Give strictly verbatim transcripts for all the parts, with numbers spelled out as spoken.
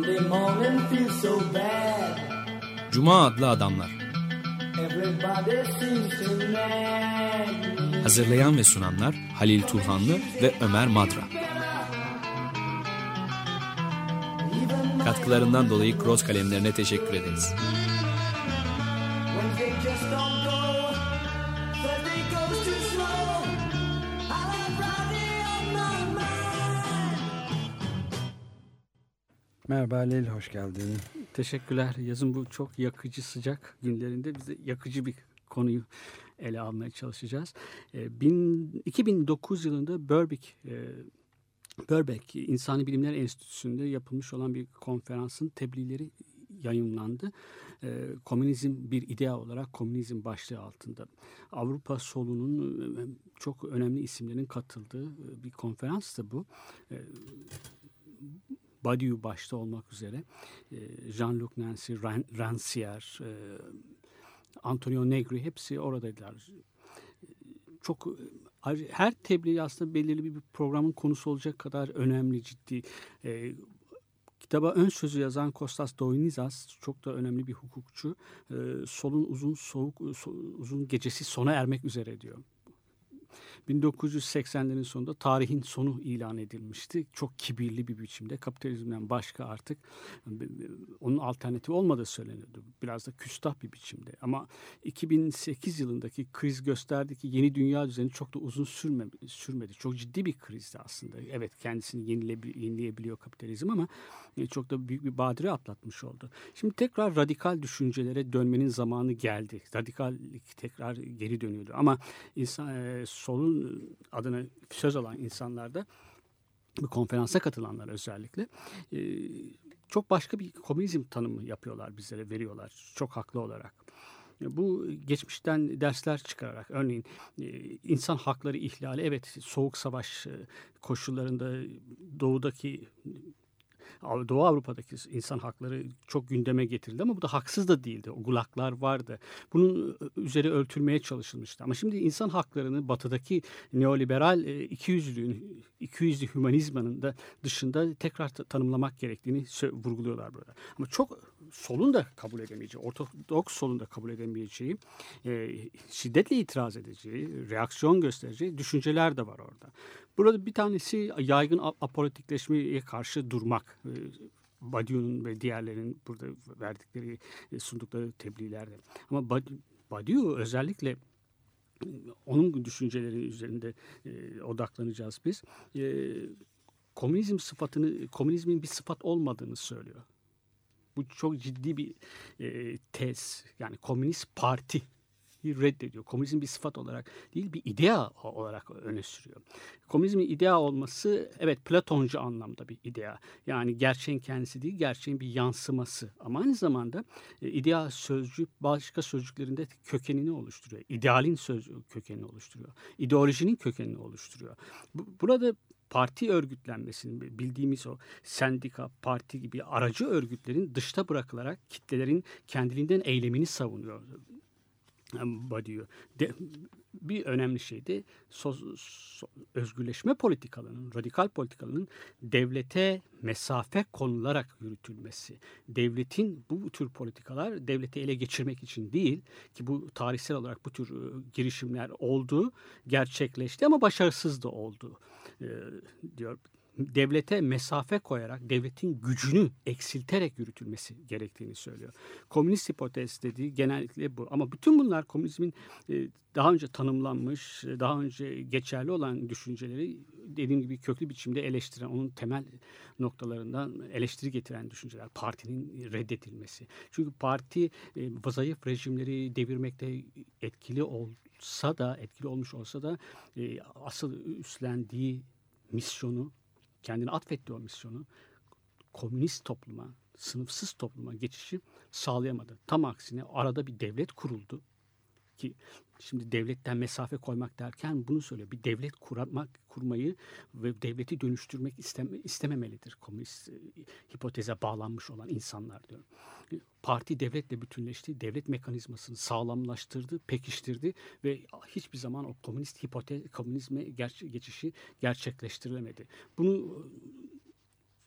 Cuma adlı adamlar. Hazırlayan ve sunanlar Halil Turhanlı ve Ömer Madra. Katkılarından dolayı Cross kalemlerine teşekkür ederiz. Merhaba Halil, hoş geldin. Teşekkürler. Yazın bu çok yakıcı sıcak günlerinde bize yakıcı bir konuyu ele almaya çalışacağız. E, bin, iki bin dokuz yılında Birkbeck, e, Birkbeck İnsani Bilimler Enstitüsü'nde yapılmış olan bir konferansın tebliğleri yayınlandı. E, komünizm bir idea olarak komünizm başlığı altında. Avrupa solunun e, çok önemli isimlerin katıldığı e, bir konferanstı bu. E, Badiou başta olmak üzere Jean-Luc Nancy, Rancière, Antonio Negri hepsi oradaydılar. Çok her tebliğ aslında belirli bir programın konusu olacak kadar önemli, ciddi. Kitaba ön sözü yazan Kostas Doinizas çok da önemli bir hukukçu. Solun uzun soğuk uzun gecesi sona ermek üzere diyor. bin dokuz yüz seksenlerin sonunda tarihin sonu ilan edilmişti. Çok kibirli bir biçimde. Kapitalizmden başka artık onun alternatifi olmadığı söyleniyordu. Biraz da küstah bir biçimde. Ama iki bin sekiz yılındaki kriz gösterdi ki yeni dünya düzeni çok da uzun sürme, sürmedi. Çok ciddi bir krizdi aslında. Evet, kendisini yenileyebiliyor kapitalizm ama çok da büyük bir badire atlatmış oldu. Şimdi tekrar radikal düşüncelere dönmenin zamanı geldi. Radikallik tekrar geri dönüyordu. Ama insan, e, solun adına söz alan insanlar da, bu konferansa katılanlar özellikle e, çok başka bir komünizm tanımı yapıyorlar, bizlere veriyorlar çok haklı olarak. Bu geçmişten dersler çıkararak, örneğin insan hakları ihlali, evet, soğuk savaş koşullarında doğudaki Doğu Avrupa'daki insan hakları çok gündeme getirildi ama bu da haksız da değildi. O gulaglar vardı. Bunun üzeri örtülmeye çalışılmıştı. Ama şimdi insan haklarını batıdaki neoliberal ikiyüzlülüğün, ikiyüzlü hümanizmanın da dışında tekrar tanımlamak gerektiğini vurguluyorlar burada. Ama çok solun da kabul edemeyeceği, ortodoks solun da kabul edemeyeceği, şiddetle itiraz edeceği, reaksiyon göstereceği düşünceler de var orada. Burada bir tanesi yaygın apolitikleşmeye karşı durmak. Badiou'nun ve diğerlerinin burada verdikleri, sundukları tebliğlerde. Ama Badiou özellikle, onun düşünceleri üzerinde e, odaklanacağız biz. E, komünizm sıfatını, komünizmin bir sıfat olmadığını söylüyor. Bu çok ciddi bir e, tez. Yani komünist parti reddediyor. Komünizm bir sıfat olarak değil, bir idea olarak öne sürüyor. Komünizmin idea olması, evet, Platoncu anlamda bir idea. Yani gerçeğin kendisi değil, gerçeğin bir yansıması. Ama aynı zamanda e, idea sözcüğü başka sözcüklerinde kökenini oluşturuyor. İdealin sözcüğü kökenini oluşturuyor. İdeolojinin kökenini oluşturuyor. Bu, burada parti örgütlenmesinin, bildiğimiz o sendika, parti gibi aracı örgütlerin dışta bırakılarak kitlelerin kendiliğinden eylemini savunuyor Badiou. De, bir önemli şey de so, so, özgürleşme politikalarının, radikal politikalarının devlete mesafe konularak yürütülmesi. Devletin bu tür politikalar devleti ele geçirmek için değil ki, bu tarihsel olarak bu tür e, girişimler oldu, gerçekleşti ama başarısız da oldu e, diyor. Devlete mesafe koyarak, devletin gücünü eksilterek yürütülmesi gerektiğini söylüyor. Komünist hipotez dediği genellikle bu. Ama bütün bunlar komünizmin daha önce tanımlanmış, daha önce geçerli olan düşünceleri, dediğim gibi, köklü biçimde eleştiren, onun temel noktalarından eleştiri getiren düşünceler. Partinin reddedilmesi. Çünkü parti zayıf rejimleri devirmekte etkili olsa da, etkili olmuş olsa da asıl üstlendiği misyonu, kendine atfettiği o misyonu, komünist topluma, sınıfsız topluma geçişi sağlayamadı. Tam aksine arada bir devlet kuruldu ki, şimdi devletten mesafe koymak derken bunu söylüyor. Bir devlet kurmak, kurmayı ve devleti dönüştürmek isteme, istememelidir komünist e, hipoteze bağlanmış olan insanlar diyor. Parti devletle bütünleşti, devlet mekanizmasını sağlamlaştırdı, pekiştirdi ve hiçbir zaman o komünist hipotez, komünizme ger- geçişi gerçekleştirilemedi. Bunu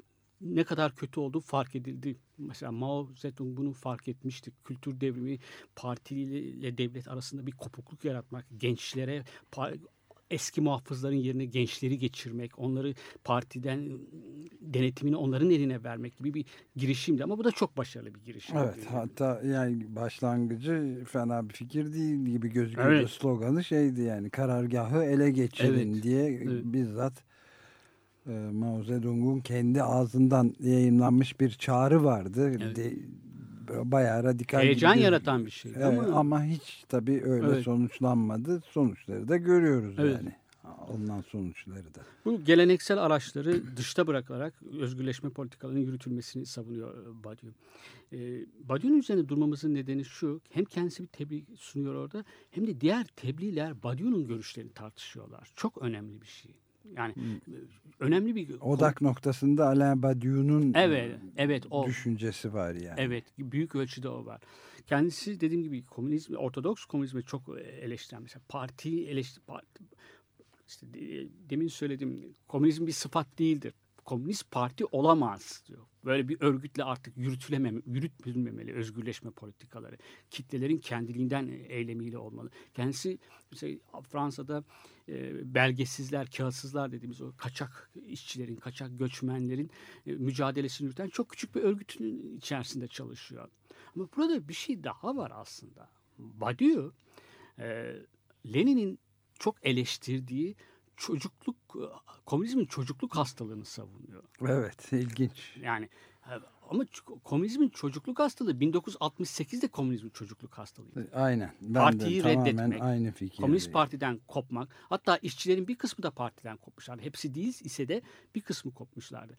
ne kadar kötü olduğu fark edildi. Mesela Mao Zedong bunu fark etmişti. Kültür devrimi partiyle devlet arasında bir kopukluk yaratmak, gençlere eski muhafızların yerine gençleri geçirmek, onları partiden denetimini onların eline vermek gibi bir girişimdi. Ama bu da çok başarılı bir girişim. Evet, hatta yani başlangıcı fena bir fikir değil gibi gözüküyordu. Evet. Sloganı şeydi yani, karargahı ele geçirin Evet. diye evet. bizzat e, Mao Zedong'un kendi ağzından yayınlanmış bir çağrı vardı. Evet. De, bayağı radikal. Heyecan yaratan bir şeydi. Evet, ama... ama hiç tabii öyle evet. sonuçlanmadı. Sonuçları da görüyoruz evet. yani. Alınan sonuçları da. Bu geleneksel araçları dışta bırakarak özgürleşme politikalarının yürütülmesini savunuyor Badiou. Ee, Badiou'nun üzerine durmamızın nedeni şu, hem kendisi bir tebliğ sunuyor orada, hem de diğer tebliğler Badiou'nun görüşlerini tartışıyorlar. Çok önemli bir şey. Yani hmm. önemli bir odak konu... noktasında Alain Badiou'nun evet, evet, o. düşüncesi var yani. Evet, büyük ölçüde o var. Kendisi dediğim gibi komünizm, Ortodoks komünizme çok eleştiren, mesela partiyi eleştir, parti, işte demin söylediğim, komünizm bir sıfat değildir. Komünist parti olamaz diyor. Böyle bir örgütle artık yürütülememe, yürütülmemeli özgürleşme politikaları. Kitlelerin kendiliğinden eylemiyle olmalı. Kendisi mesela Fransa'da e, belgesizler, kağıtsızlar dediğimiz o kaçak işçilerin, kaçak göçmenlerin e, mücadelesini yürüten çok küçük bir örgütün içerisinde çalışıyor. Ama burada bir şey daha var aslında. Badiou, e, Lenin'in çok eleştirdiği çocukluk, komünizmin çocukluk hastalığını savunuyor. Evet, ilginç. Yani ama komünizmin çocukluk hastalığı bin dokuz yüz altmış sekizde komünizmin çocukluk hastalığıydı. Aynen. Ben Partiyi de reddetmek, aynı fikir. Komünist Parti'den kopmak, hatta işçilerin bir kısmı da partiden kopmuşlardı. Hepsi değil ise de bir kısmı kopmuşlardı.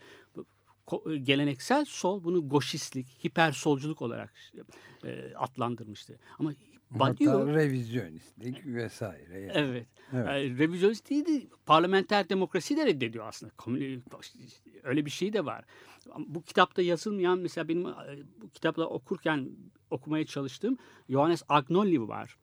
Geleneksel sol bunu goşistlik, hiper solculuk olarak e, adlandırmıştı. Ama Badiou, hatta revizyonistlik vesaire. Yani. Evet. evet. Yani, revizyonist değildi. Parlamenter demokrasiyi de reddediyor aslında. Öyle bir şey de var. Bu kitapta yazılmayan, mesela benim bu kitapla okurken okumaya çalıştığım Johannes Agnolli var.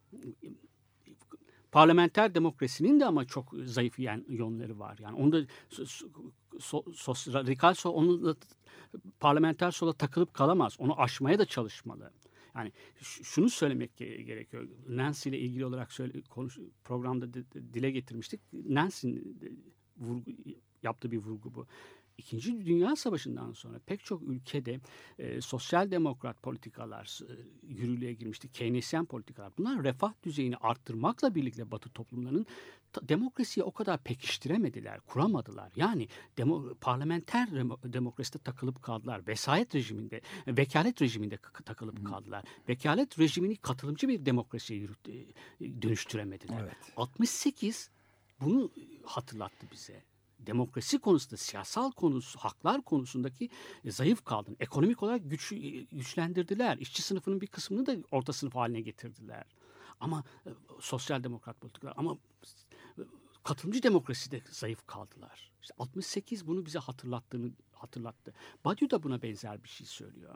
Parlamenter demokrasinin de ama çok zayıf yönleri var. Yani onda so, so, radikal sol onu parlamenter sola takılıp kalamaz. Onu aşmaya da çalışmalı. Yani şunu söylemek gerekiyor. Nancy ile ilgili olarak söyle, konuş, programda de, de, dile getirmiştik. Nancy'nin vurgu, yaptığı bir vurgu bu. İkinci Dünya Savaşı'ndan sonra pek çok ülkede e, sosyal demokrat politikalar e, yürürlüğe girmişti. Keynesyen politikalar. Bunlar refah düzeyini arttırmakla birlikte Batı toplumlarının ta, demokrasiye o kadar pekiştiremediler, kuramadılar. Yani demo, parlamenter demokraside takılıp kaldılar. Vesayet rejiminde, vekalet rejiminde takılıp hmm. kaldılar. Vekalet rejimini katılımcı bir demokrasiye yürüt, dönüştüremediler. Evet. altmış sekiz bunu hatırlattı bize. Demokrasi konusunda, siyasal konusu, haklar konusundaki e, zayıf kaldın. Ekonomik olarak güç, güçlendirdiler. İşçi sınıfının bir kısmını da orta sınıf haline getirdiler. Ama e, sosyal demokrat politikalar, ama e, katılımcı demokraside zayıf kaldılar. İşte altmış sekiz bunu bize hatırlattığını hatırlattı. Badiou da buna benzer bir şey söylüyor.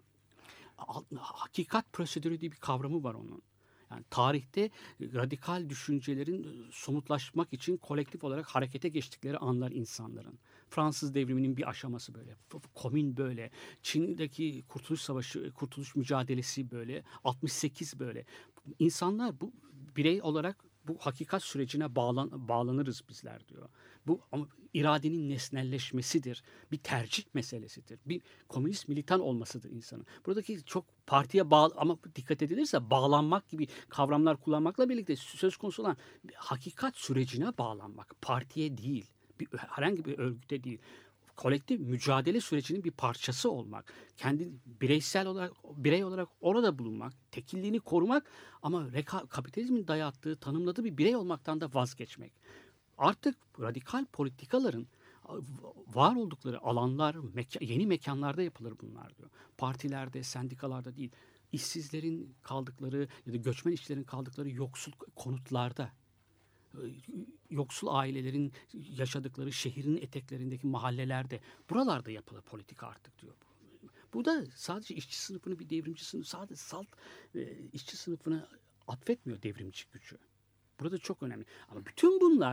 Hakikat prosedürü diye bir kavramı var onun. Yani tarihte radikal düşüncelerin somutlaşmak için kolektif olarak harekete geçtikleri anlar insanların. Fransız devriminin bir aşaması böyle. Komün böyle. Çin'deki Kurtuluş Savaşı, Kurtuluş mücadelesi böyle. altmış sekiz böyle. İnsanlar bu birey olarak bu hakikat sürecine bağlan, bağlanırız bizler diyor. Bu ama iradenin nesnelleşmesidir. Bir tercih meselesidir. Bir komünist militan olmasıdır insanın. Buradaki çok partiye bağlı, ama dikkat edilirse bağlanmak gibi kavramlar kullanmakla birlikte söz konusu olan bir hakikat sürecine bağlanmak. Partiye değil. Bir, herhangi bir örgüte değil. Kolektif mücadele sürecinin bir parçası olmak, kendi bireysel olarak, birey olarak orada bulunmak, tekilliğini korumak, ama reka, kapitalizmin dayattığı, tanımladığı bir birey olmaktan da vazgeçmek. Artık radikal politikaların var oldukları alanlar, meka, yeni mekanlarda yapılır bunlar diyor. Partilerde, sendikalarda değil, işsizlerin kaldıkları ya da göçmen işçilerin kaldıkları yoksul konutlarda, yoksul ailelerin yaşadıkları şehrin eteklerindeki mahallelerde, buralarda yapılır politika artık diyor. Bu da sadece işçi sınıfını, bir devrimci sınıf, sadece salt e, işçi sınıfını atfetmiyor devrimci gücü. Burada çok önemli. Ama bütün bunlar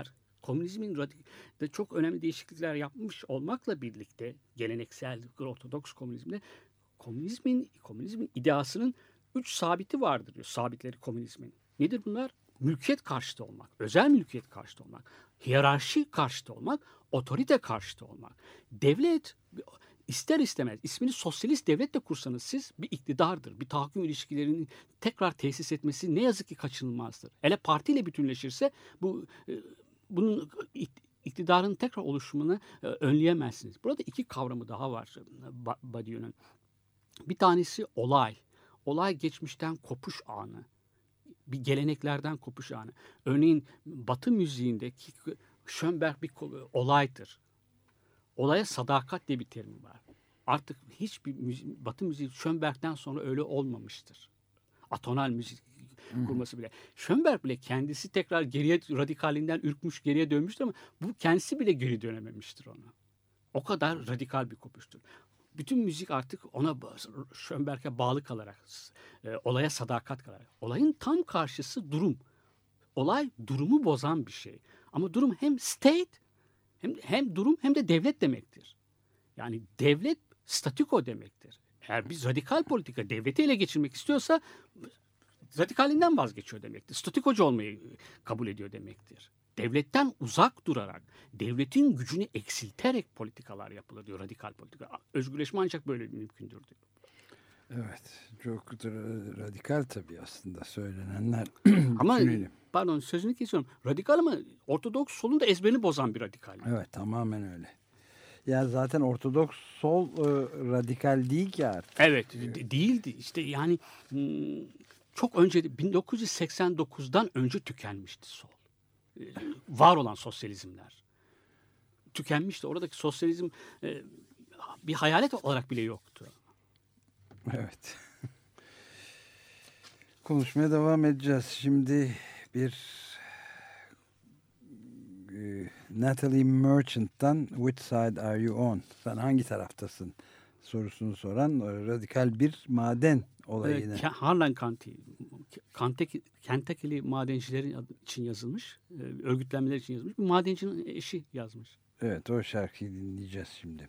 komünizmin de çok önemli değişiklikler yapmış olmakla birlikte geleneksel Ortodoks komünizmde komünizmin komünizmin ideasının üç sabiti vardır diyor. Sabitleri komünizmin. Nedir bunlar? Mülkiyet karşıtı olmak, özel mülkiyet karşıtı olmak, hiyerarşi karşıtı olmak, otorite karşıtı olmak. Devlet ister istemez ismini sosyalist devlet de kursanız siz bir iktidardır. Bir tahakküm ilişkilerinin tekrar tesis etmesi ne yazık ki kaçınılmazdır. Hele partiyle bütünleşirse bu bunun iktidarın tekrar oluşumunu önleyemezsiniz. Burada iki kavramı daha var Badiou'nun. Bir tanesi olay. Olay geçmişten kopuş anı. Bir geleneklerden kopuş anı. Örneğin Batı müziğindeki Schönberg bir olaydır. Olaya sadakat diye bir terim var. Artık hiçbir müzik, Batı müziği Schönberg'den sonra öyle olmamıştır. Atonal müzik kurması bile. Schönberg bile kendisi tekrar geriye radikalinden ürkmüş, geriye dönmüştür ama bu kendisi bile geri dönememiştir ona. O kadar radikal bir kopuştur. Bütün müzik artık ona Schönberg'e bağlı kalarak, e, olaya sadakat kalarak. Olayın tam karşısı durum. Olay durumu bozan bir şey. Ama durum hem state, hem, hem durum hem de devlet demektir. Yani devlet statüko demektir. Eğer biz radikal politika devleti ele geçirmek istiyorsa radikalinden vazgeçiyor demektir. Statükocu olmayı kabul ediyor demektir. Devletten uzak durarak, devletin gücünü eksilterek politikalar yapılır diyor radikal politika. Özgürleşme ancak böyle mümkündür diyor. Evet, çok radikal tabii aslında söylenenler. Ama pardon sözünü kesiyorum. Radikal ama Ortodoks solun da ezberini bozan bir radikal. Evet, tamamen öyle. Ya zaten Ortodoks sol e, radikal değil ki artık. Evet, de, değildi. İşte yani çok önce bin dokuz yüz seksen dokuzdan önce tükenmişti sol. Var olan sosyalizmler tükenmişti. Oradaki sosyalizm e, bir hayalet olarak bile yoktu. Evet. Konuşmaya devam edeceğiz. Şimdi bir e, Natalie Merchant'tan Which Side Are You On? Sen hangi taraftasın? Sorusunu soran radikal bir maden olayını. E, Harlan County, Kentucky'li madencilerin için yazılmış, e, örgütlenmeler için yazılmış. Bir madencinin eşi yazmış. Evet, o şarkıyı dinleyeceğiz şimdi.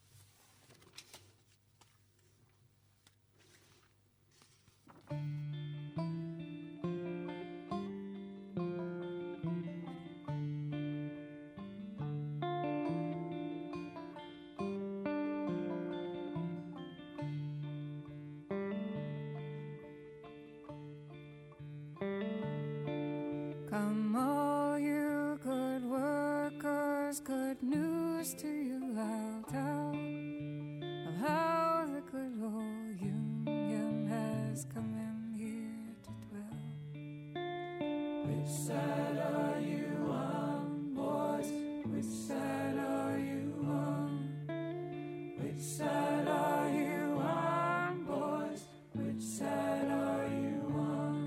Come all you good workers, good news to you I'll tell of how the good old Union has come in here to dwell. Which side are you on, boys? Which side are you on? Which side are you on, boys? Which side are you on?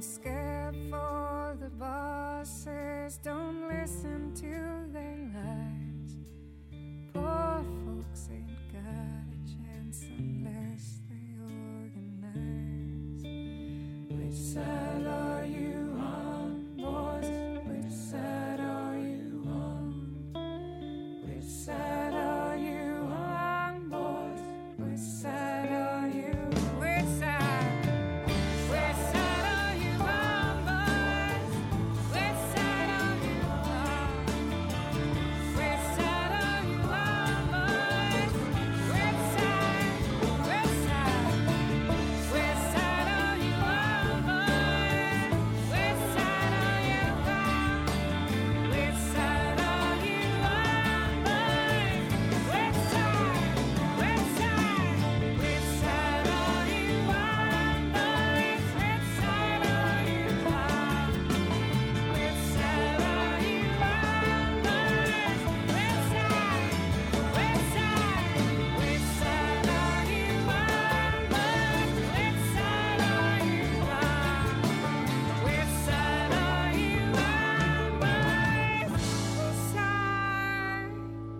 Don't scare for the bosses, don't listen to their lies. Poor folks ain't got a chance unless they organize. Which side are you on, boys? Which side are you on? Which side are you on, boys? Which side are you? Which side? Which side are you on, boys? Which side are you on? Which side are you on, boys? Which side? Which side? Which side are you on, boys? Which side are you on? Which side are you on, boys? Which side? Which side? Which side are you on, boys? Which side are you on? Which side are you on, boys? Which side? Which side? Which side are you on, boys? Which side are you on? Which side are you on, boys? Which side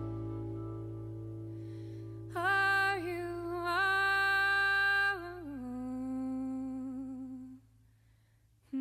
are you on?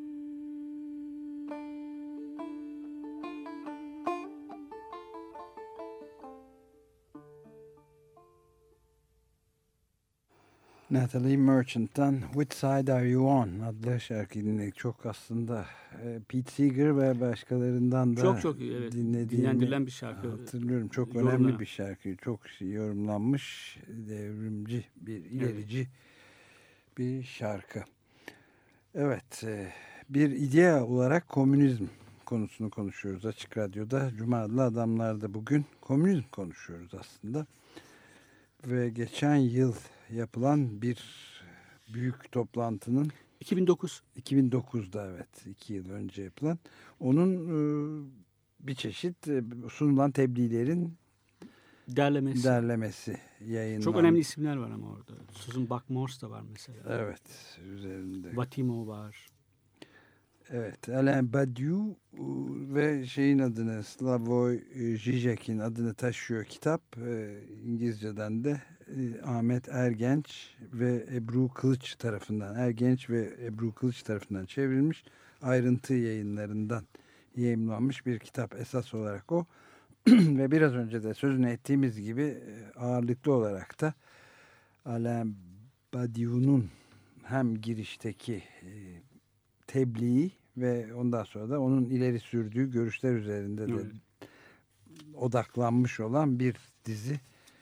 Natalie Merchant'tan Which Side Are You On adlı şarkı dinledik. Çok aslında e, Pete Seeger ve başkalarından da Çok çok iyi, evet. dinlediğimi Dinlendirilen bir şarkı. hatırlıyorum. Çok Yorumlar. önemli bir şarkı. Çok yorumlanmış, devrimci, bir ilerici bir şarkı. Evet, e, bir idea olarak komünizm konusunu konuşuyoruz Açık Radyo'da. Cuma adlı adamlarda bugün komünizm konuşuyoruz aslında. Ve geçen yıl yapılan bir büyük toplantının iki bin dokuz. iki bin dokuzda, evet, iki yıl önce yapılan, onun e, bir çeşit e, sunulan tebliğlerin Derlemesi. derlemesi yayınlandı. Çok önemli isimler var ama orada. Susan Buck-Morss da var mesela. Evet, üzerinde. Vatimo var. Evet, Alain Badiou e, ve şeyin adını, Slavoj Žižek'in adını taşıyor kitap. E, İngilizceden de e, Ahmet Ergenç ve Ebru Kılıç tarafından, Ergenç ve Ebru Kılıç tarafından çevrilmiş, ayrıntı yayınlarından yayımlanmış bir kitap esas olarak o. Ve biraz önce de sözünü ettiğimiz gibi e, ağırlıklı olarak da Alain Badiou'nun hem girişteki e, tebliği ve ondan sonra da onun ileri sürdüğü görüşler üzerinde de Evet. odaklanmış olan bir dizi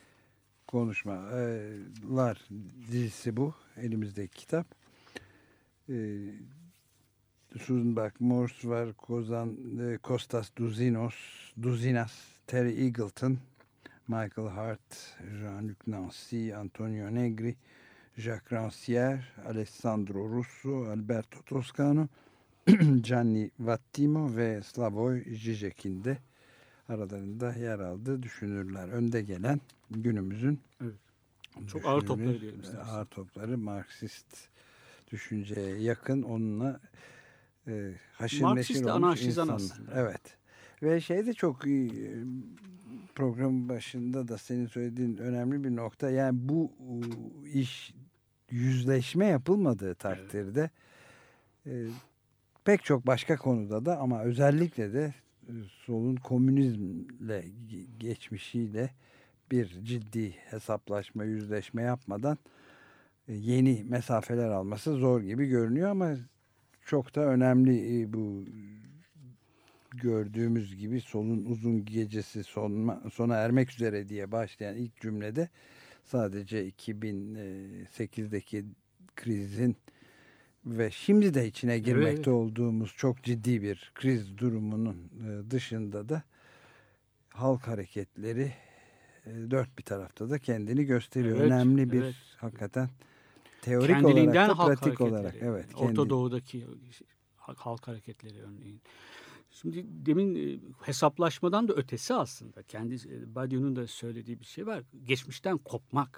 konuşmalar dizisi bu. Elimizdeki kitap. Ee, Susan Buck-Morss var, Kozan, e, Kostas Douzinos, Douzinas, Terry Eagleton, Michael Hart, Jean-Luc Nancy, Antonio Negri, Jacques Rancière, Alessandro Russo, Alberto Toscano, Gianni Vattimo ve Slavoj Žižek'in de aralarında yer aldığı düşünürler. Önde gelen günümüzün Evet. Çok ağır topları düşünür, diyelim istersen. ağır topları, Marksist düşünceye yakın, onunla e, haşır Marksist neşir de olmuş anarşizan insanlar. aslında. Evet. Ve şey de çok iyi, e, programın başında da senin söylediğin önemli bir nokta. Yani bu e, iş yüzleşme yapılmadığı takdirde e, pek çok başka konuda da, ama özellikle de e, solun komünizmle geçmişiyle bir ciddi hesaplaşma, yüzleşme yapmadan e, yeni mesafeler alması zor gibi görünüyor, ama çok da önemli e, bu gördüğümüz gibi solun uzun gecesi sona, sona ermek üzere diye başlayan ilk cümlede sadece iki bin sekizdeki krizin ve şimdi de içine girmekte Evet. olduğumuz çok ciddi bir kriz durumunun dışında da halk hareketleri dört bir tarafta da kendini gösteriyor. Evet, Önemli bir, evet. hakikaten teorik Kendiliğinden olarak da halk pratik hareketleri. olarak. Evet, Orta kendi- Doğu'daki halk hareketleri örneğin. Şimdi demin e, hesaplaşmadan da ötesi aslında. Kendi e, Badiou'nun da söylediği bir şey var. Geçmişten kopmak.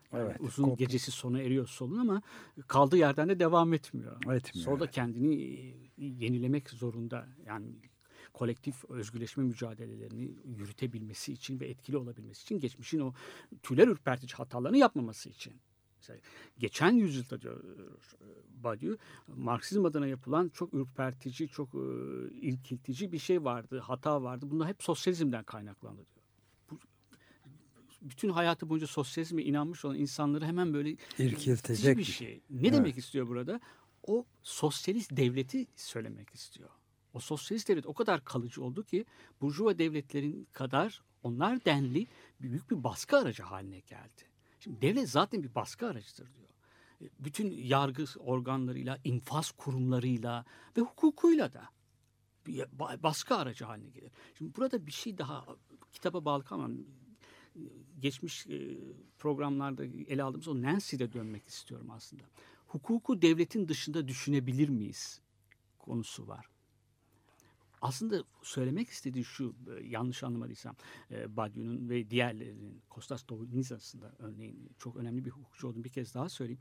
Evet, uzun kopuk. gecesi sona eriyor solun ama kaldığı yerden de devam etmiyor. Etmiyor. Sonra da kendini yenilemek zorunda. Yani kolektif özgürleşme mücadelelerini yürütebilmesi için ve etkili olabilmesi için geçmişin o tüyler ürpertici hatalarını yapmaması için. Mesela geçen yüzyılda diyor Badiou, Marksizm adına yapılan çok ürpertici, çok e, ilkiltici bir şey vardı, hata vardı. Bunlar hep sosyalizmden kaynaklandı diyor. Bu, bütün hayatı boyunca sosyalizme inanmış olan insanları hemen böyle İrkiltecek bir şey. Ne evet. demek istiyor burada? O sosyalist devleti söylemek istiyor. O sosyalist devlet o kadar kalıcı oldu ki burjuva devletlerin kadar onlar denli büyük bir baskı aracı haline geldi. Şimdi devlet zaten bir baskı aracıdır diyor. Bütün yargı organlarıyla, infaz kurumlarıyla ve hukukuyla da bir baskı aracı haline gelir. Şimdi burada bir şey daha kitaba bağlı kalmam. Geçmiş programlarda ele aldığımız o Nancy'de dönmek istiyorum aslında. Hukuku devletin dışında düşünebilir miyiz konusu var. Aslında söylemek istediği şu, yanlış anlamadıysam Badiou'nun ve diğerlerinin, Kostas Dovizas'ında örneğin çok önemli bir hukukçu olduğunu bir kez daha söyleyeyim.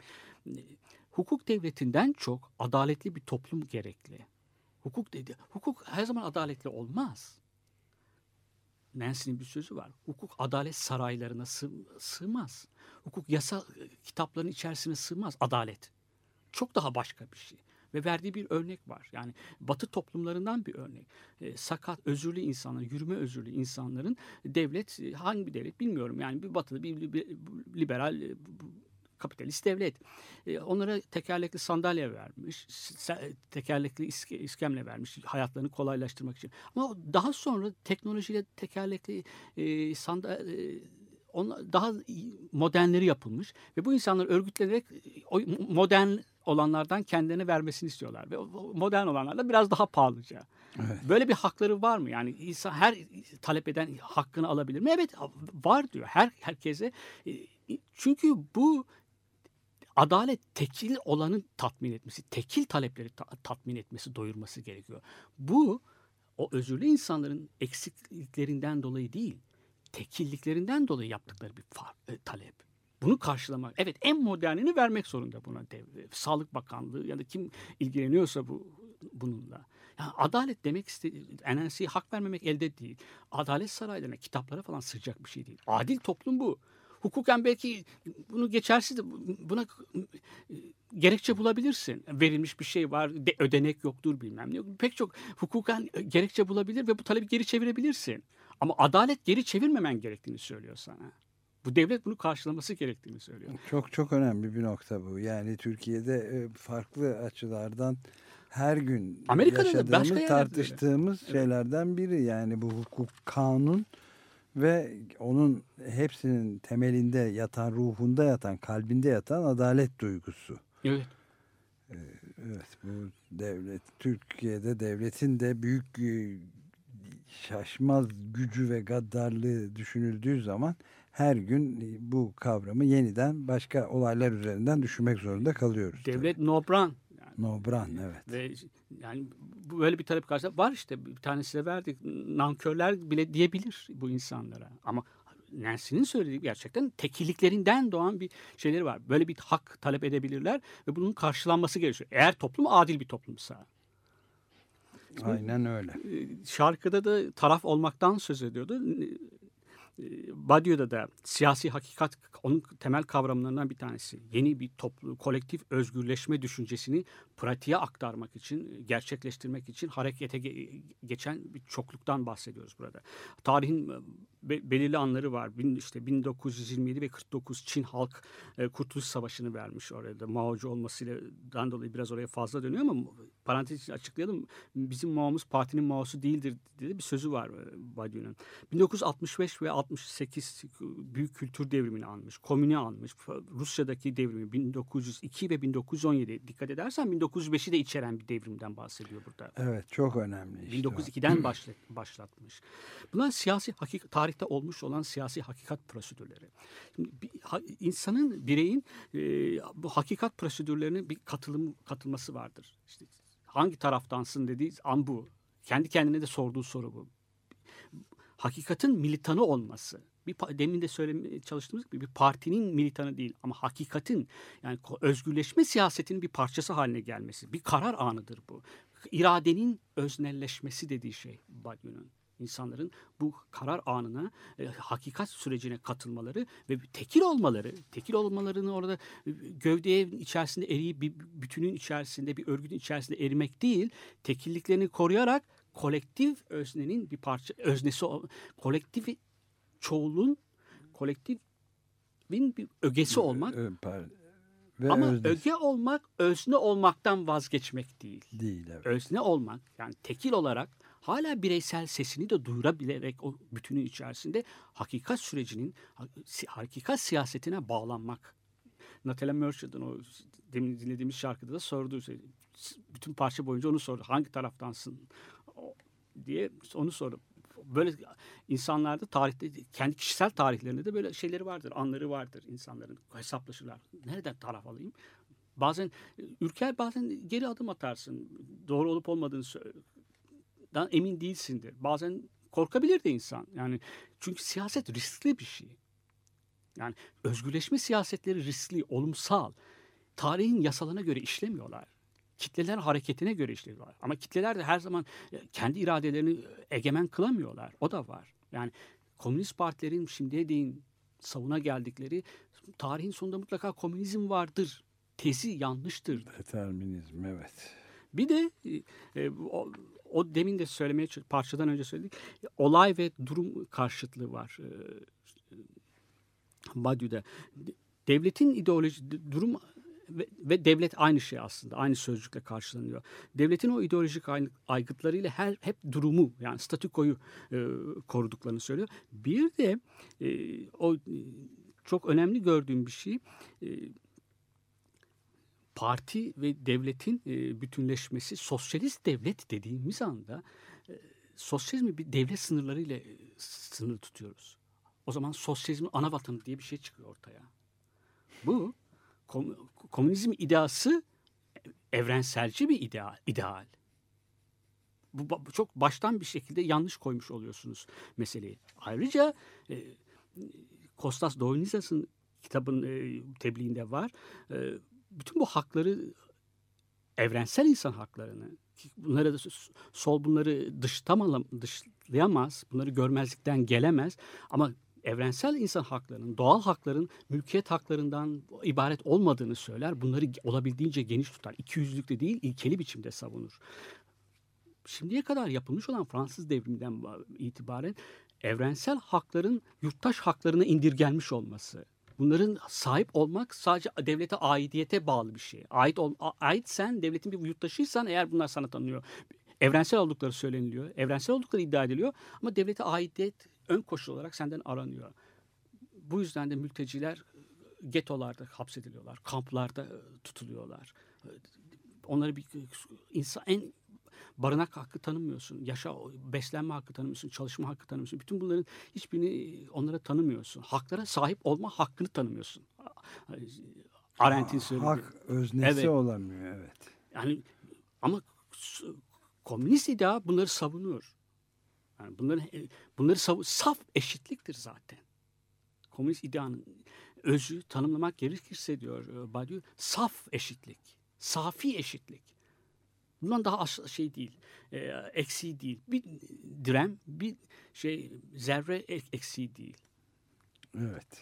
Hukuk devletinden çok adaletli bir toplum gerekli. Hukuk dedi, hukuk her zaman adaletli olmaz. Nancy'nin bir sözü var. Hukuk adalet saraylarına sığ, sığmaz. Hukuk yasa kitaplarının içerisine sığmaz. Adalet çok daha başka bir şey. Ve verdiği bir örnek var. Yani Batı toplumlarından bir örnek. E, sakat, özürlü insanlar, yürüme özürlü insanların devlet, hangi bir devlet bilmiyorum. Yani bir batılı, bir, bir liberal, bir, kapitalist devlet. E, onlara tekerlekli sandalye vermiş, tekerlekli iske, iskemle vermiş hayatlarını kolaylaştırmak için. Ama daha sonra teknolojiyle tekerlekli e, sandalye... Onlar daha modernleri yapılmış ve bu insanlar örgütlenerek o modern olanlardan kendilerine vermesini istiyorlar ve modern olanlarla biraz daha pahalıca. Evet. Böyle bir hakları var mı? Yani insan her talep eden hakkını alabilir mi? Evet, var diyor. Her herkese. Çünkü bu adalet tekil olanın tatmin etmesi, tekil talepleri ta- tatmin etmesi, doyurması gerekiyor. Bu o özürlü insanların eksikliklerinden dolayı değil, tekilliklerinden dolayı yaptıkları bir far, e, talep. Bunu karşılamak. Evet, en modernini vermek zorunda buna devlet. Sağlık Bakanlığı ya da kim ilgileniyorsa bu bununla. Yani adalet demek istediği, N N C'ye hak vermemek elde değil. Adalet saraylarına, kitaplara falan sığacak bir şey değil. Adil toplum bu. Hukuken belki bunu geçersiz de buna gerekçe bulabilirsin. Verilmiş bir şey var, de, ödenek yoktur bilmem ne. Pek çok hukuken gerekçe bulabilir ve bu talebi geri çevirebilirsin. Ama adalet geri çevirmemen gerektiğini söylüyor sana. Bu devlet bunu karşılaması gerektiğini söylüyor. Çok çok önemli bir nokta bu. Yani Türkiye'de farklı açılardan her gün Amerika'da yaşadığımız, da başka tartıştığımız evet. şeylerden biri. Yani bu hukuk, kanun ve onun hepsinin temelinde yatan, ruhunda yatan, kalbinde yatan adalet duygusu. Evet. Evet, bu devlet, Türkiye'de devletin de büyük şaşmaz gücü ve gaddarlığı düşünüldüğü zaman her gün bu kavramı yeniden başka olaylar üzerinden düşünmek zorunda kalıyoruz. Devlet nobran. Yani. Nobran, evet. Ve yani bu böyle bir talep karşısında var işte, bir tanesi de verdik. Nankörler bile diyebilir bu insanlara. Ama Nancy'nin söylediği gerçekten tekilliklerinden doğan bir şeyleri var. Böyle bir hak talep edebilirler ve bunun karşılanması gerekiyor. Eğer toplum adil bir toplumsa. Aynen öyle. Şarkıda da taraf olmaktan söz ediyordu. Badiou'da da siyasi hakikat onun temel kavramlarından bir tanesi. Yeni bir toplu, kolektif özgürleşme düşüncesini pratiğe aktarmak için, gerçekleştirmek için harekete ge- geçen bir çokluktan bahsediyoruz burada. Tarihin be- belirli anları var. Bin, işte bin dokuz yüz yirmi yedi ve kırk dokuz Çin Halk e, Kurtuluş Savaşı'nı vermiş orada. Mao'cu olmasıyla dolayı biraz oraya fazla dönüyor ama parantez için açıklayalım. Bizim Mao'muz partinin Mao'su değildir diye bir sözü var Badiou'nun. bin dokuz yüz altmış beş ve altmış sekiz büyük kültür devrimini almış. Komünü almış. Rusya'daki devrimi bin dokuz yüz iki ve bin dokuz yüz on yedi. Dikkat edersen bin dokuz yüz beşi de içeren bir devrimden bahsediyor burada. Evet, çok önemli. Işte bin dokuz yüz ikiden başlat, başlatmış. Bunlar siyasi hakikat, tarihte olmuş olan siyasi hakikat prosedürleri. Şimdi bir, ha, insanın, bireyin e, bu hakikat prosedürlerine bir katılım katılması vardır. İşte hangi taraftansın dediği an bu. Kendi kendine de sorduğu soru bu. hakikatin militanı olması. Bir, demin de söylemeye çalıştığımız gibi bir partinin militanı değil ama hakikatin, yani özgürleşme siyasetinin bir parçası haline gelmesi. Bir karar anıdır bu. İradenin öznelleşmesi dediği şey Badiou'nun. İnsanların bu karar anına, e, hakikat sürecine katılmaları ve tekil olmaları, tekil olmalarını orada e, gövdeye içerisinde eriyip bir bütünün içerisinde, bir örgütün içerisinde erimek değil, tekilliklerini koruyarak kolektif öznenin bir parça, öznesi, kolektif çoğulun, kolektifin bir ögesi olmak. Ve ama öznesi. Öge olmak, özne olmaktan vazgeçmek değil. Değil, evet. Özne olmak, yani tekil olarak hala bireysel sesini de duyurabilerek o bütünün içerisinde hakikat sürecinin, hakikat siyasetine bağlanmak. Natalie Merchant'ın o demin dinlediğimiz şarkıda da sorduğu şey, bütün parça boyunca onu sordu. Hangi taraftansın diye onu sordu. Böyle insanlarda tarihte, kendi kişisel tarihlerinde de böyle şeyleri vardır, anları vardır insanların, hesaplaşırlar. Nereden taraf alayım? Bazen ürker, bazen geri adım atarsın. Doğru olup olmadığından emin değilsindir. Bazen korkabilir de insan. Yani çünkü siyaset riskli bir şey. Yani özgürleşme siyasetleri riskli, olumsal. Tarihin yasalarına göre işlemiyorlar. Kitleler hareketine göre işliyorlar. Ama kitleler de her zaman kendi iradelerini egemen kılamıyorlar. O da var. Yani komünist partilerin şimdiye değin savuna geldikleri, tarihin sonunda mutlaka komünizm vardır tezi yanlıştır. Determinizm, evet. Bir de e, o, o demin de söylemeye, parçadan önce söyledik, olay ve durum karşıtlığı var. E, Badiou'da. Devletin ideoloji, durum Ve, ve devlet aynı şey aslında. Aynı sözcükle karşılanıyor. Devletin o ideolojik aygıtlarıyla her hep durumu, yani statükoyu e, koruduklarını söylüyor. Bir de e, o çok önemli gördüğüm bir şey, e, parti ve devletin e, bütünleşmesi. Sosyalist devlet dediğimiz anda e, sosyalizmi bir devlet sınırlarıyla e, sınır tutuyoruz. O zaman sosyalizmin ana vatanı diye bir şey çıkıyor ortaya. Bu komünizm ideası evrenselci bir ideal. ideal. Bu, bu çok baştan bir şekilde yanlış koymuş oluyorsunuz meseleyi. Ayrıca e, Kostas Doinizas'ın kitabın e, tebliğinde var. E, bütün bu hakları, evrensel insan haklarını, bunları da, sol bunları dışlamaz, dışlayamaz, bunları görmezlikten gelemez ama evrensel insan haklarının, doğal hakların mülkiyet haklarından ibaret olmadığını söyler. Bunları olabildiğince geniş tutar. İkiyüzlükte değil, ilkeli biçimde savunur. Şimdiye kadar yapılmış olan Fransız devriminden itibaren evrensel hakların yurttaş haklarına indirgenmiş olması. Bunların sahip olmak sadece devlete aidiyete bağlı bir şey. Ait ol, ait sen devletin bir yurttaşıysan eğer bunlar sana tanınıyor. Evrensel oldukları söyleniliyor. Evrensel oldukları iddia ediliyor ama devlete aidiyet ön koşul olarak senden aranıyor. Bu yüzden de mülteciler getolarda hapsediliyorlar, kamplarda tutuluyorlar. Onları bir insan, en barınak hakkı tanımıyorsun, yaşa, beslenme hakkı tanımıyorsun, çalışma hakkı tanımıyorsun. Bütün bunların hiçbirini onlara tanımıyorsun. Haklara sahip olma hakkını tanımıyorsun. Arendt'in söylediği. Hak öznesi evet. olamıyor, evet. Yani ama komünist iddia bunları savunuyor. Yani bunların bunları sav- saf eşitliktir zaten. Komünist iddianın özü tanımlamak gerekirse diyor Badiou, saf eşitlik, safi eşitlik. Bundan daha az şey değil, e, eksiği değil. Bir direm, bir şey zerre eksiği değil. Evet.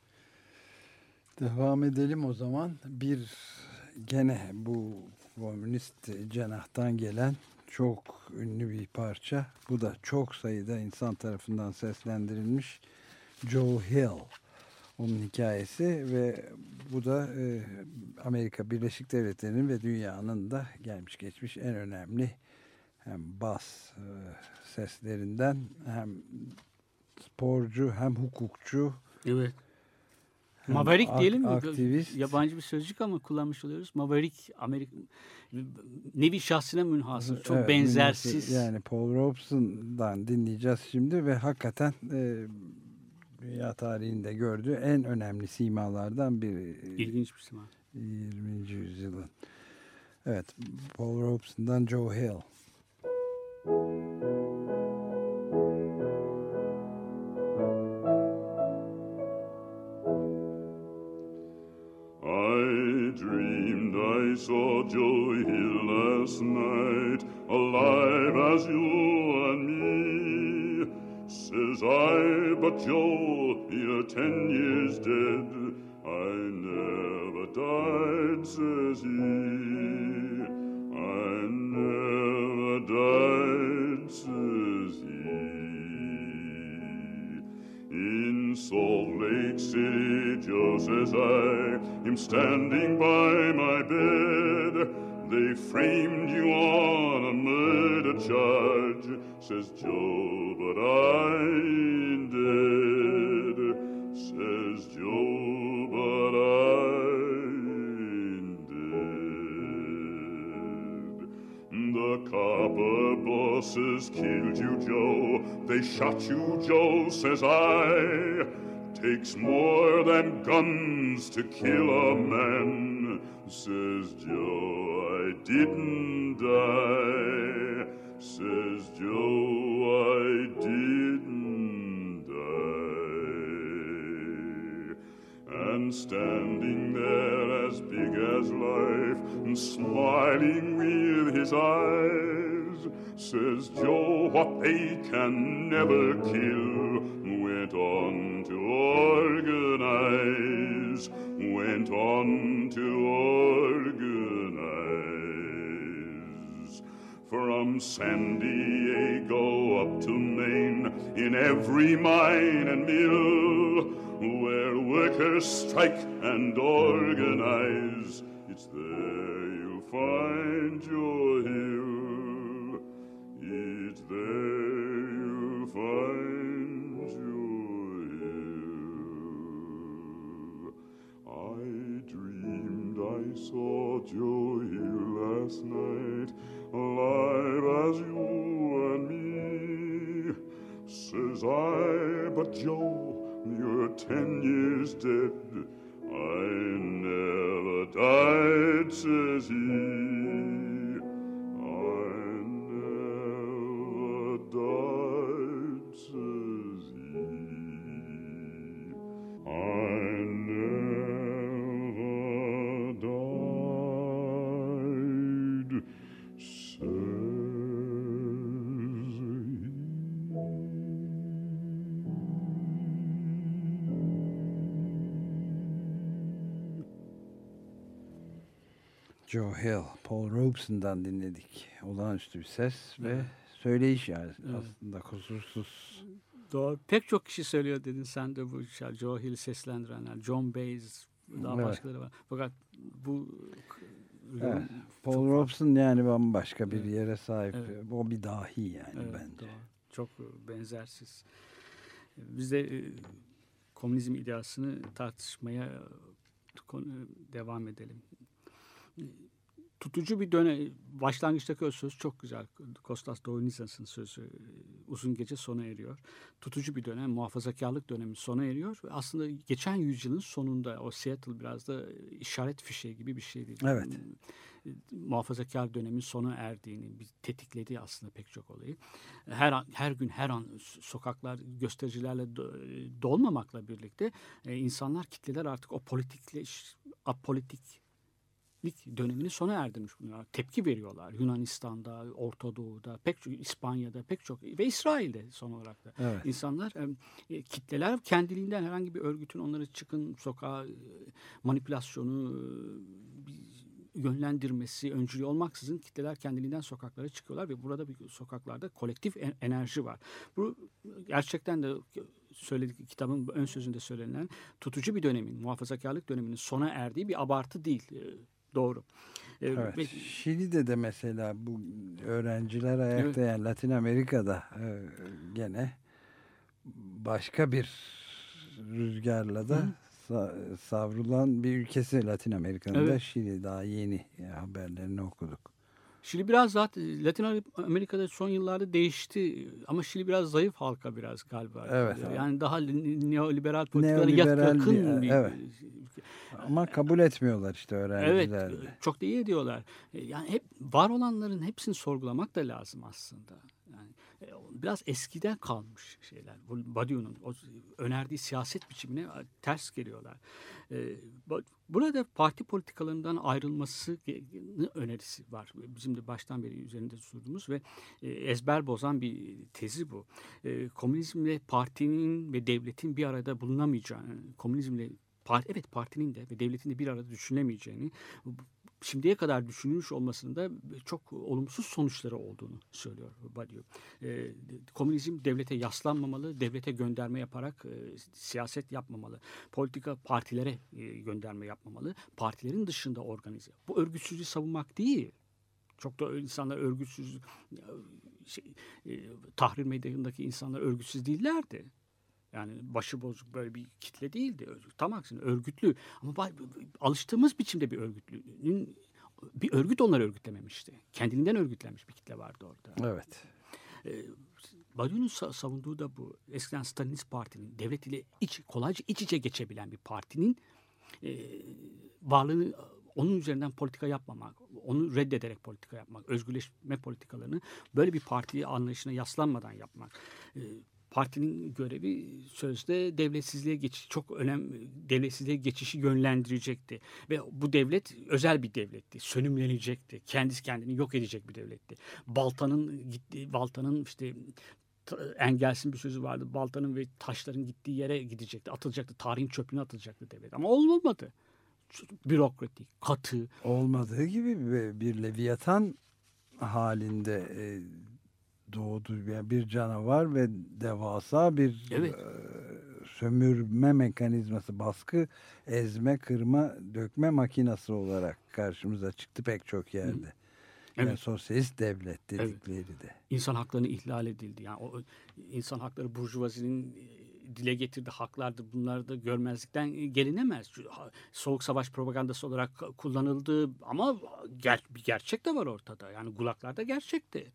Devam edelim o zaman. Bir gene bu komünist cenahtan gelen çok ünlü bir parça. Bu da çok sayıda insan tarafından seslendirilmiş. Joe Hill. Onun hikayesi ve bu da e, Amerika Birleşik Devletleri'nin ve dünyanın da gelmiş geçmiş en önemli hem bas e, seslerinden, hem sporcu hem hukukçu. Evet. Maverick ak- diyelim mi? Aktivist. Yabancı bir sözcük ama kullanmış oluyoruz. Maverick, Amerika, nevi şahsına münhasır. Çok evet, benzersiz. Yani Paul Robeson'dan dinleyeceğiz şimdi ve hakikaten e, dünya tarihinde gördüğü en önemli simalardan biri. İlginç bir sima. yirminci yüzyılın. Evet, Paul Robeson'dan Joe Hill. I saw Joe Hill last night, alive as you and me. Says I, but Joe, you're ten years dead. I never died, says he. I never died, says he. In Salt Lake City, Joe, says I, am standing by my bed. They framed you on a murder charge, says Joe, but I ain't dead. Says Joe, but I ain't dead. The copper bosses killed you, Joe. They shot you, Joe, says I. Takes more than guns to kill a man, says Joe, I didn't die. Says Joe, I didn't die. And standing there as big as life, and smiling with his eyes, says Joe, what they can never kill, went on to organize, went on to organize. From San Diego up to Maine, in every mine and mill, where workers strike and organize, it's there you'll find your hill. It's there you'll find your hill. I dreamed I saw Joe Hill last night, alive as you and me. Says I, but Joe, you're ten years dead. I never died, says he. I never died, says he. I never died, says he. Joe Hill, Paul Robeson'dan dinledik. Olağanüstü bir ses ve söyleyiş yani Evet. aslında kusursuz. Doğru. Pek çok kişi söylüyor dedin sen de bu Joe Hill'i seslendirenler. John Baez, daha Evet. başkaları var. Fakat bu Evet. Paul çok Robeson yani bambaşka bir Evet. yere sahip. Evet. O bir dahi yani Evet, bence. doğru. Çok benzersiz. Biz de e, komünizm ideasını tartışmaya e, konu- devam edelim. Tutucu bir dönem, başlangıçtaki o söz çok güzel. Kostas Dounizas'ın sözü, e, uzun gece sona eriyor. Tutucu bir dönem, muhafazakarlık dönemi sona eriyor. Aslında geçen yüzyılın sonunda o Seattle biraz da işaret fişeği gibi bir şeydi. Evet. Muhafazakar dönemin sona erdiğini bir tetikledi aslında pek çok olayı. Her an, her gün her an sokaklar göstericilerle do- dolmamakla birlikte e, insanlar, kitleler artık o politikleş, apolitik dönemini sona erdirmiş bunlar. Tepki veriyorlar. Yunanistan'da, Orta Doğu'da, pek çok, İspanya'da pek çok ve İsrail'de son olarak da. Evet. İnsanlar, e, kitleler kendiliğinden herhangi bir örgütün onları çıkın sokağa e, manipülasyonu, e, yönlendirmesi, öncülüğü olmaksızın kitleler kendiliğinden sokaklara çıkıyorlar ve burada bir sokaklarda kolektif en- enerji var. Bu gerçekten de söyledik, kitabın ön sözünde söylenen tutucu bir dönemin, muhafazakarlık döneminin sona erdiği bir abartı değil. E, Doğru. Ee, Evet. ve- Şili'de de mesela bu öğrenciler ayakta Evet. yani Latin Amerika'da e, gene başka bir rüzgarla da sa- savrulan bir ülkesi Latin Amerika'nın da Evet. Şili. Daha yeni e, haberlerini okuduk. Şili biraz zaten Latin Amerika'da son yıllarda değişti ama Şili biraz zayıf halka biraz galiba. Evet. Yani daha neoliberal politikalara Neoliberal yakın bir- bir, evet. Ama kabul etmiyorlar işte Evet, öğrenciler de. çok da iyi ediyorlar. Yani hep var olanların hepsini sorgulamak da lazım aslında. Yani biraz eskiden kalmış şeyler. Badiou'nun o önerdiği siyaset biçimine ters geliyorlar. Burada parti politikalarından ayrılması önerisi var. Bizim de baştan beri üzerinde durduğumuz ve ezber bozan bir tezi bu. Komünizmle partinin ve devletin bir arada bulunamayacağını, komünizmle part, evet partinin de ve devletin de bir arada düşünemeyeceğini, şimdiye kadar düşünülmüş olmasının da çok olumsuz sonuçları olduğunu söylüyor Badiou. E, komünizm devlete yaslanmamalı, devlete gönderme yaparak e, siyaset yapmamalı. Politika partilere e, gönderme yapmamalı. Partilerin dışında organize. Bu örgütsüzlüğü savunmak değil. Çok da insanlar örgütsüz, şey, e, Tahrir Meydanı'ndaki insanlar örgütsüz değillerdi. Yani başıbozuk böyle bir kitle değildi. Tam aksine örgütlü. Ama alıştığımız biçimde bir örgütlüğünün bir örgüt onları örgütlememişti. Kendiliğinden örgütlenmiş bir kitle vardı orada. Evet. Ee, Badiou'nun savunduğu da bu. Eskiden Stalinist Parti'nin devlet ile iç, kolayca iç içe geçebilen bir partinin e, varlığını onun üzerinden politika yapmamak, onu reddederek politika yapmak, özgürleşme politikalarını böyle bir parti anlayışına yaslanmadan yapmak. E, Partinin görevi sözde devletsizliğe geçiş, çok önemli devletsizliğe geçişi yönlendirecekti. Ve bu devlet özel bir devletti. Sönümlenecekti. Kendisi kendini yok edecek bir devletti. Baltanın gittiği, Baltanın işte Engels'in bir sözü vardı. Baltanın ve taşların gittiği yere gidecekti. Atılacaktı. Tarihin çöpüne atılacaktı devlet. Ama olmadı. Bürokratik, katı. Olmadığı gibi bir Leviathan halinde e, doğdu, yani bir canavar ve devasa bir evet. e, sömürme mekanizması, baskı, ezme, kırma, dökme makinası olarak karşımıza çıktı pek çok yerde. Yani evet. Sosyalist devlet dedikleri evet. de. İnsan haklarını ihlal edildi. Yani o insan hakları burjuvazinin dile getirdiği haklardı. Bunları da görmezlikten gelinemez. Soğuk savaş propagandası olarak kullanıldı ama ger bir gerçek de var ortada. Yani gulaglarda gerçekti.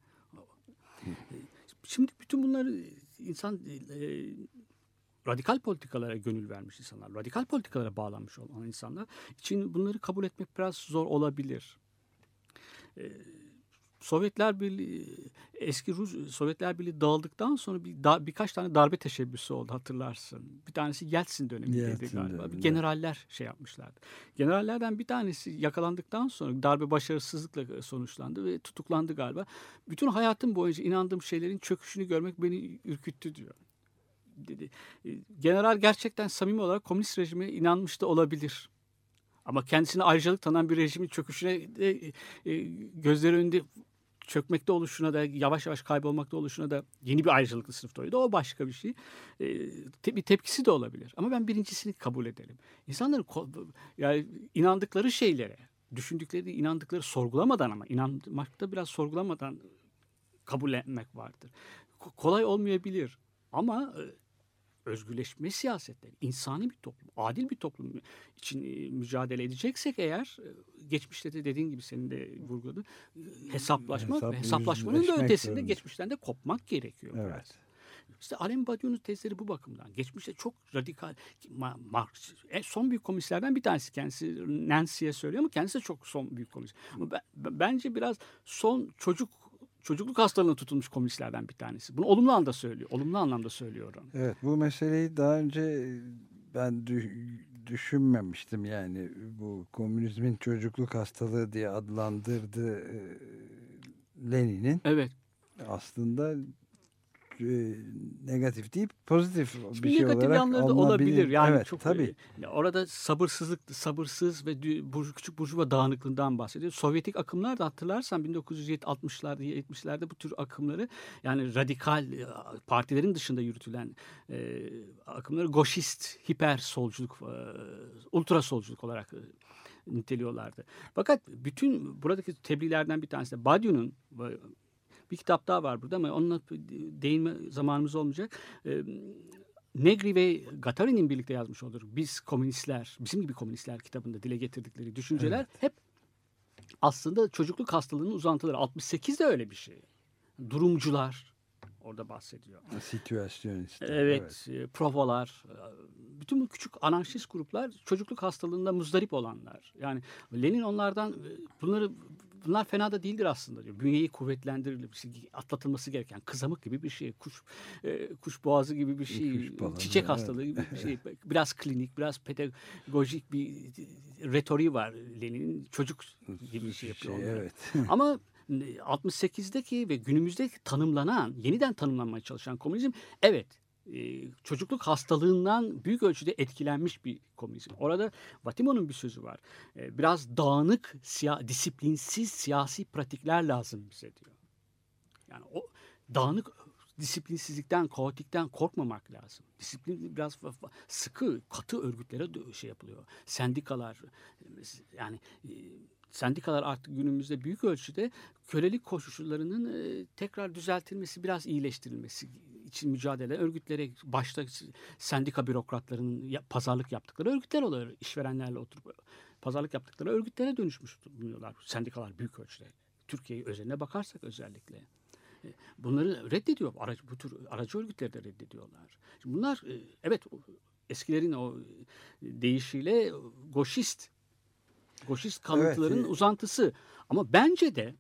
Şimdi bütün bunları insan e, radikal politikalara gönül vermiş insanlar, radikal politikalara bağlanmış olan insanlar için bunları kabul etmek biraz zor olabilir. E, Sovyetler Birliği, eski Rus Sovyetler Birliği dağıldıktan sonra bir da, birkaç tane darbe teşebbüsü oldu, hatırlarsın. Bir tanesi Yeltsin dönemindeydi galiba. Döneminde. Generaller şey yapmışlardı. Generallerden bir tanesi yakalandıktan sonra darbe başarısızlıkla sonuçlandı ve tutuklandı galiba. Bütün hayatım boyunca inandığım şeylerin çöküşünü görmek beni ürküttü diyor. Dedi. General gerçekten samimi olarak komünist rejime inanmış da olabilir. Ama kendisine ayrıcalık tanınan bir rejimin çöküşüne de, e, gözleri önünde çökmekte oluşuna da, yavaş yavaş kaybolmakta oluşuna da yeni bir ayrıcalıklı sınıfta oydu. O başka bir şey. E, te, bir tepkisi de olabilir. Ama ben birincisini kabul edelim. İnsanların yani inandıkları şeylere, düşündükleri, inandıkları sorgulamadan, ama inanmakta biraz sorgulamadan kabul etmek vardır. Ko- kolay olmayabilir. Ama özgürleşme siyasetleri, insani bir toplum, adil bir toplum için mücadele edeceksek eğer, geçmişte de dediğin gibi senin de vurguladın, hesaplaşmak Hesap, ve hesaplaşmanın da ötesinde zorunda. Geçmişten de kopmak gerekiyor. Evet. Biraz. İşte Alain Badiou'nun tezleri bu bakımdan. Geçmişte çok radikal, Marx, son büyük komünistlerden bir tanesi, kendisi Nancy'ye söylüyor ama kendisi de çok son büyük komünist. Ama ben, bence biraz son çocuk çocukluk hastalığına tutulmuş komünistlerden bir tanesi. Bunu olumlu anlamda söylüyor. Olumlu anlamda söylüyorum. Evet, bu meseleyi daha önce ben düşünmemiştim. Yani bu komünizmin çocukluk hastalığı diye adlandırdığı Lenin'in evet. aslında negatif değil, pozitif Şimdi bir şey olarak negatif yanları da olabilir. Yani evet, çok tabii. Orada sabırsızlık, sabırsız ve küçük burjuva dağınıklığından bahsediyor. Sovyetik akımlar da hatırlarsan bin dokuz yüz altmışlarda, yetmişlerde bu tür akımları, yani radikal partilerin dışında yürütülen e, akımları goşist, hiper solculuk, e, ultra solculuk olarak e, niteliyorlardı. Fakat bütün buradaki tebliğlerden bir tanesi de Badiou'nun, bir kitap daha var burada ama onunla değinme zamanımız olmayacak. Ee, Negri ve Gattari'nin birlikte yazmış olur. Biz komünistler, bizim gibi komünistler kitabında dile getirdikleri düşünceler evet. hep aslında çocukluk hastalığının uzantıları. altmış sekizde öyle bir şey. Durumcular orada bahsediyor. Situasyonist. Evet, evet. Provolar, bütün bu küçük anarşist gruplar çocukluk hastalığında muzdarip olanlar. Yani Lenin onlardan bunları bunlar fena da değildir aslında diyor. Bünyeyi kuvvetlendirilip atlatılması gereken kızamık gibi bir şey, kuş e, kuş boğazı gibi bir şey, balığı, çiçek evet. hastalığı gibi bir şey. Biraz klinik, biraz pedagojik bir retoriği var Lenin'in. Çocuk gibi bir şey yapıyor. Şey, evet. Ama altmış sekizdeki ve günümüzdeki tanımlanan, yeniden tanımlanmaya çalışan komünizm, evet, çocukluk hastalığından büyük ölçüde etkilenmiş bir komünizm. Orada Vatimo'nun bir sözü var. Biraz dağınık, siya, disiplinsiz siyasi pratikler lazım bize diyor. Yani o dağınık disiplinsizlikten, kaotikten korkmamak lazım. Disiplin biraz sıkı, katı örgütlere şey yapılıyor. Sendikalar, yani sendikalar artık günümüzde büyük ölçüde kölelik koşullarının tekrar düzeltilmesi, biraz iyileştirilmesi için mücadele örgütlere, başta sendika bürokratlarının pazarlık yaptıkları örgütler oluyor. İşverenlerle oturup pazarlık yaptıkları örgütlere dönüşmüş bulunuyorlar. Sendikalar büyük ölçüde. Türkiye özeline bakarsak özellikle. Bunları reddediyor. Aracı, bu tür aracı örgütleri de reddediyorlar. Şimdi bunlar evet eskilerin o deyişiyle goşist goşist kalıntıların evet. uzantısı. Ama bence de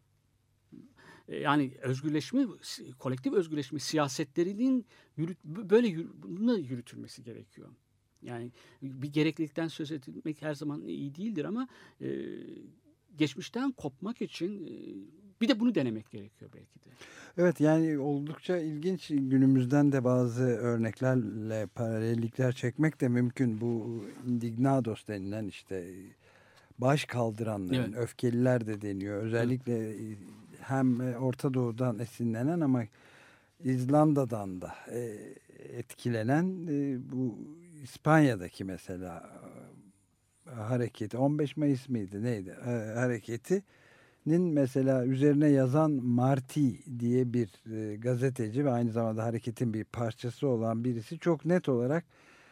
yani özgürleşme, kolektif özgürleşme siyasetlerinin yürüt, böyle yürü, yürütülmesi gerekiyor. Yani bir gereklilikten söz etmek her zaman iyi değildir ama e, geçmişten kopmak için e, bir de bunu denemek gerekiyor belki de. Evet, yani oldukça ilginç, günümüzden de bazı örneklerle paralellikler çekmek de mümkün. Bu indignados denilen, işte baş kaldıranların, evet. öfkeliler de deniyor. Özellikle evet. hem Orta Doğu'dan esinlenen ama İzlanda'dan da etkilenen bu İspanya'daki mesela hareketi, on beş Mayıs mıydı neydi hareketinin mesela üzerine yazan Martí diye bir gazeteci ve aynı zamanda hareketin bir parçası olan birisi çok net olarak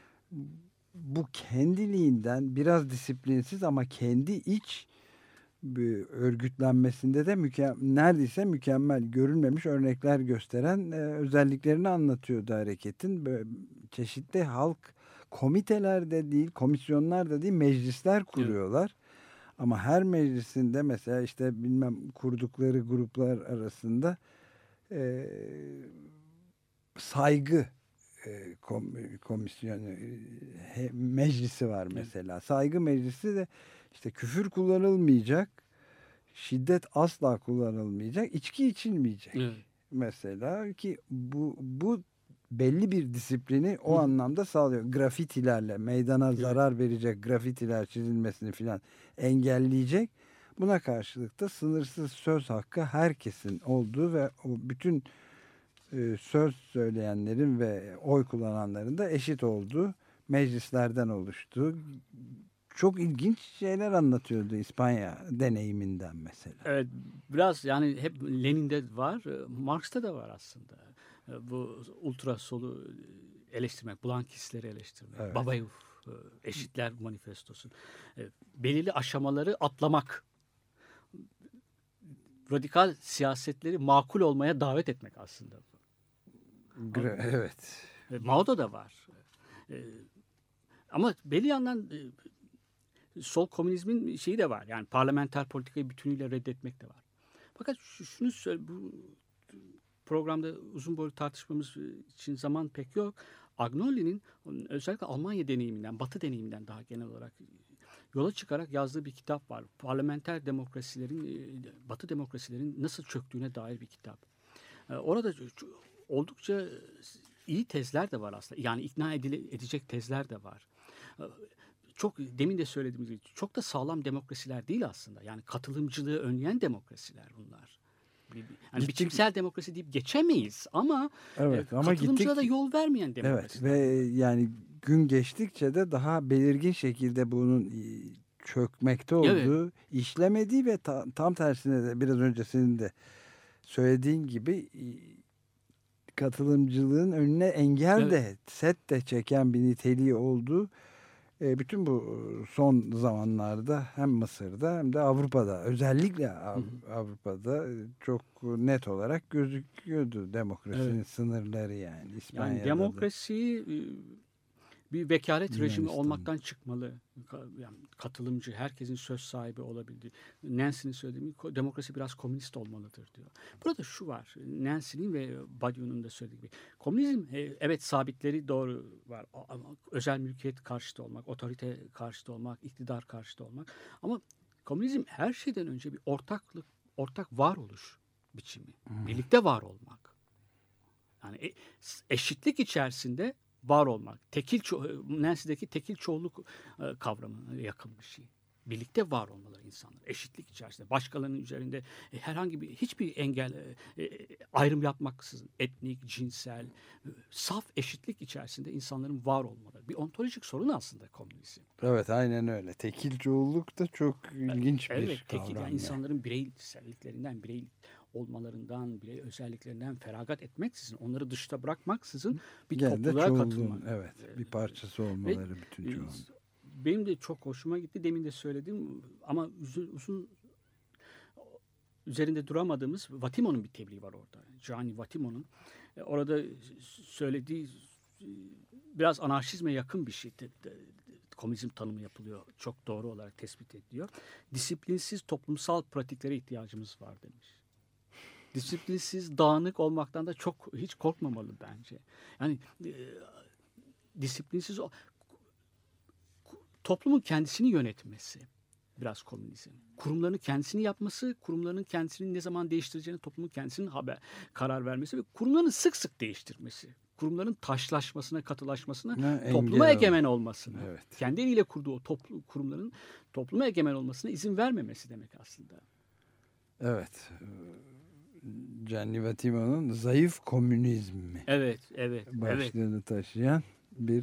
bu kendiliğinden biraz disiplinsiz ama kendi iç örgütlenmesinde de müke neredeyse mükemmel, görülmemiş örnekler gösteren e, özelliklerini anlatıyordu hareketin. Böyle çeşitli halk komiteler de değil, komisyonlar da değil, meclisler kuruyorlar. Evet. Ama her meclisinde mesela işte bilmem kurdukları gruplar arasında e, saygı e, kom komisyonu e, meclisi var mesela. Evet. Saygı meclisi de İşte küfür kullanılmayacak, şiddet asla kullanılmayacak, içki içilmeyecek. Evet. Mesela ki bu bu belli bir disiplini o Hı. anlamda sağlıyor. Grafitilerle meydana evet. zarar verecek grafitiler çizilmesini filan engelleyecek. Buna karşılık da sınırsız söz hakkı herkesin olduğu ve o bütün e, söz söyleyenlerin ve oy kullananların da eşit olduğu meclislerden oluştuğu çok ilginç şeyler anlatıyordu İspanya deneyiminden mesela. Evet, biraz yani hep Lenin'de var, Marx'ta da var aslında. Bu ultra solu eleştirmek, Blankistleri eleştirmek, evet. Babayev eşitler manifestosu. Belirli aşamaları atlamak. Radikal siyasetleri makul olmaya davet etmek aslında. Evet. Mao'da da var. Ama belli yandan sol komünizmin şeyi de var. Yani parlamenter politikayı bütünüyle reddetmek de var. Fakat şunu söyle, bu programda uzun boylu tartışmamız için zaman pek yok. Agnoli'nin özellikle Almanya deneyiminden, Batı deneyiminden daha genel olarak yola çıkarak yazdığı bir kitap var. Parlamenter demokrasilerin, Batı demokrasilerin nasıl çöktüğüne dair bir kitap. Orada oldukça iyi tezler de var aslında. Yani ikna edecek tezler de var. Çok demin de söylediğimiz gibi çok da sağlam demokrasiler değil aslında. Yani katılımcılığı önleyen demokrasiler bunlar. Yani biçimsel demokrasi deyip geçemeyiz ama, evet, ama katılımcılığa da yol vermeyen demokrasiler. Evet, ve yani gün geçtikçe de daha belirgin şekilde bunun çökmekte olduğu, evet. işlemediği ve ta, tam tersine de biraz önce senin de söylediğin gibi katılımcılığın önüne engel evet. de set de çeken bir niteliği olduğu bütün bu son zamanlarda hem Mısır'da hem de Avrupa'da, özellikle Av- Avrupa'da çok net olarak gözüküyordu demokrasinin evet. sınırları yani. İspanya'da yani demokrasiyi bir vekalet rejimi Yunanistan'da. olmaktan çıkmalı. Yani katılımcı, herkesin söz sahibi olabildiği. Nancy'nin söylediği gibi demokrasi biraz komünist olmalıdır diyor. Burada şu var. Nancy'nin ve Badiou'nun da söylediği gibi. Komünizm evet sabitleri doğru var. Ama özel mülkiyet karşıtı olmak, otorite karşıtı olmak, iktidar karşıtı olmak. Ama komünizm her şeyden önce bir ortaklık, ortak varoluş biçimi. Hmm. Birlikte var olmak. Yani eşitlik içerisinde var olmak. Tekil ço- Nancy'deki tekil çoğunluk e, kavramına yakın bir şey. Birlikte var olmaları insanlar. Eşitlik içerisinde. Başkalarının üzerinde e, herhangi bir hiçbir engel e, e, ayrım yapmaksızın etnik, cinsel, e, saf eşitlik içerisinde insanların var olmaları. Bir ontolojik sorun aslında komünizm. Evet, aynen öyle. Tekil çoğulluk da çok ilginç evet, bir evet, tekil, kavram. Yani insanların bireyselliklerinden, birey olmalarından, birey özelliklerinden feragat etmeksizin, onları dışta bırakmaksızın bir Gene topluluğa katılmak. Evet, bir parçası olmaları Ve, bütün çoğunluğun. Benim de çok hoşuma gitti. Demin de söyledim ama uzun, uzun üzerinde duramadığımız Vatimo'nun bir tebliği var orada. Gianni Vatimo'nun. Orada söylediği biraz anarşizme yakın bir şey. Komünizm tanımı yapılıyor. Çok doğru olarak tespit ediliyor. Disiplinsiz toplumsal pratiklere ihtiyacımız var demiş. Disiplinsiz, dağınık olmaktan da çok hiç korkmamalı bence. Yani e, disiplinsiz toplumun kendisini yönetmesi biraz komünizm. Kurumlarını kendisini yapması, kurumlarının kendisini ne zaman değiştireceğini toplumun kendisinin haber karar vermesi ve kurumlarını sık sık değiştirmesi. Kurumların taşlaşmasına, katılaşmasına, ne, topluma egemen olmasına, evet. Kendi eliyle kurduğu o toplu, kurumların topluma egemen olmasına izin vermemesi demek aslında. Evet. Gianni Vatimo'nun Zayıf Komünizmi. Evet, evet. Başlığını evet. taşıyan bir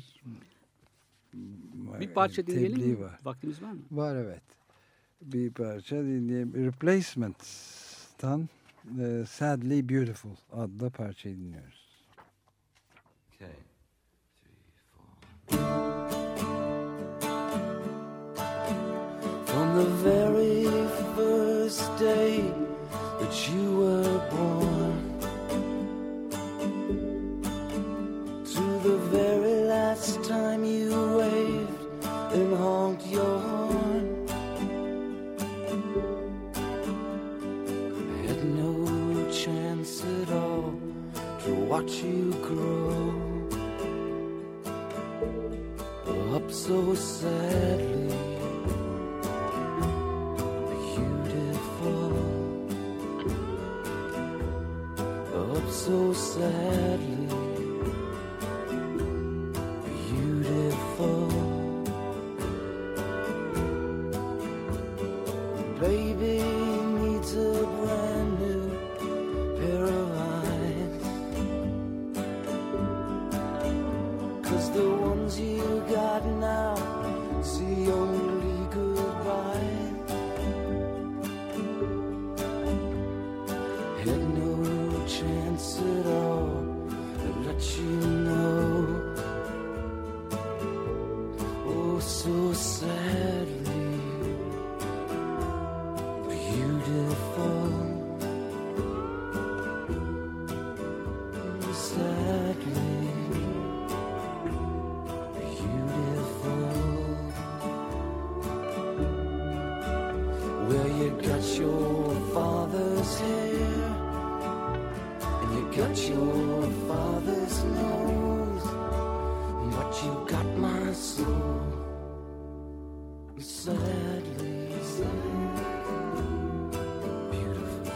bir parça dinleyelim mi? Var. Vaktimiz var mı? Var, evet. Bir parça dinleyelim. Replacements'tan uh, Sadly Beautiful adlı parçayı dinliyoruz. Okay. Three, From the very first day that you were born to the very last time you waved and honked your horn, I had no chance at all to watch you grow up so sadly beautiful, up so sadly beautiful. Baby needs a brand new pair of eyes, 'cause the ones you got now see only goodbye. Had no chance at all to let you know, oh so sadly beautiful, sadly beautiful. Well, you got your father's hair and you got your father's nose, but you got my soul, sadly, sadly beautiful.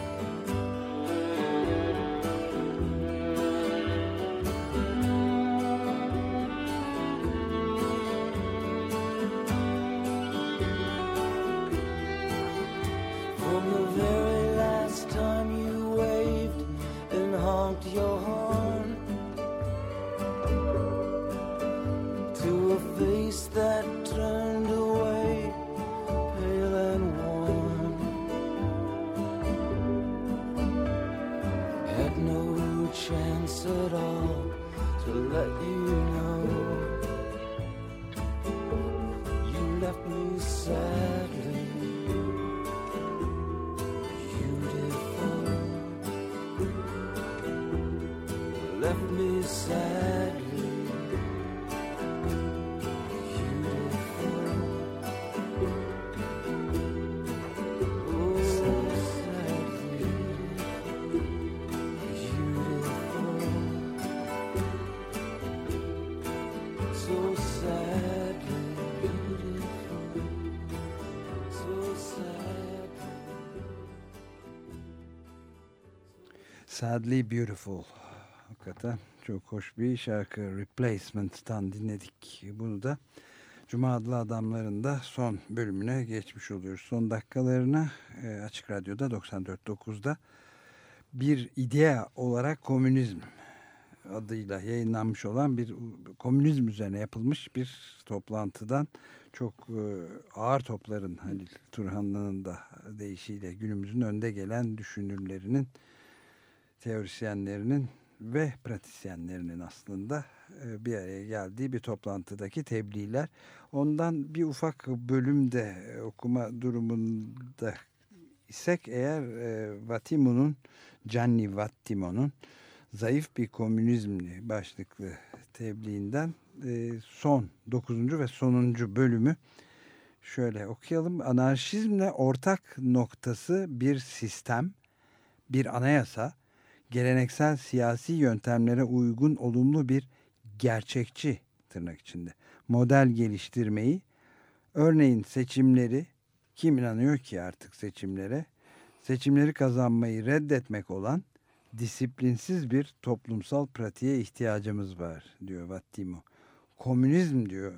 From the very last time you waved and honked your horn to a face that turned away pale and warm, had no chance at all to let you know, you left me sadly beautiful, left me sadly Sadly Beautiful. Hakikaten çok hoş bir şarkı. Replacement'tan dinledik. Bunu da Cuma Adlı Adamların da son bölümüne geçmiş oluyoruz. Son dakikalarına Açık Radyo'da doksan dört nokta dokuzda bir idea olarak komünizm adıyla yayınlanmış olan bir komünizm üzerine yapılmış bir toplantıdan çok ağır topların Halil Turhanlı'nın da deyişiyle günümüzün önde gelen düşünürlerinin, teorisyenlerinin ve pratisyenlerinin aslında bir araya geldiği bir toplantıdaki tebliğler. Ondan bir ufak bölümde okuma durumunda isek eğer Vattimo'nun, Gianni Vattimo'nun Zayıf Bir Komünizmli başlıklı tebliğinden son dokuzuncu ve sonuncu bölümü şöyle okuyalım. Anarşizmle ortak noktası bir sistem, bir anayasa, geleneksel siyasi yöntemlere uygun olumlu bir gerçekçi tırnak içinde model geliştirmeyi, örneğin seçimleri, kim inanıyor ki artık seçimlere, seçimleri kazanmayı reddetmek olan disiplinsiz bir toplumsal pratiğe ihtiyacımız var diyor Vattimo. Komünizm diyor,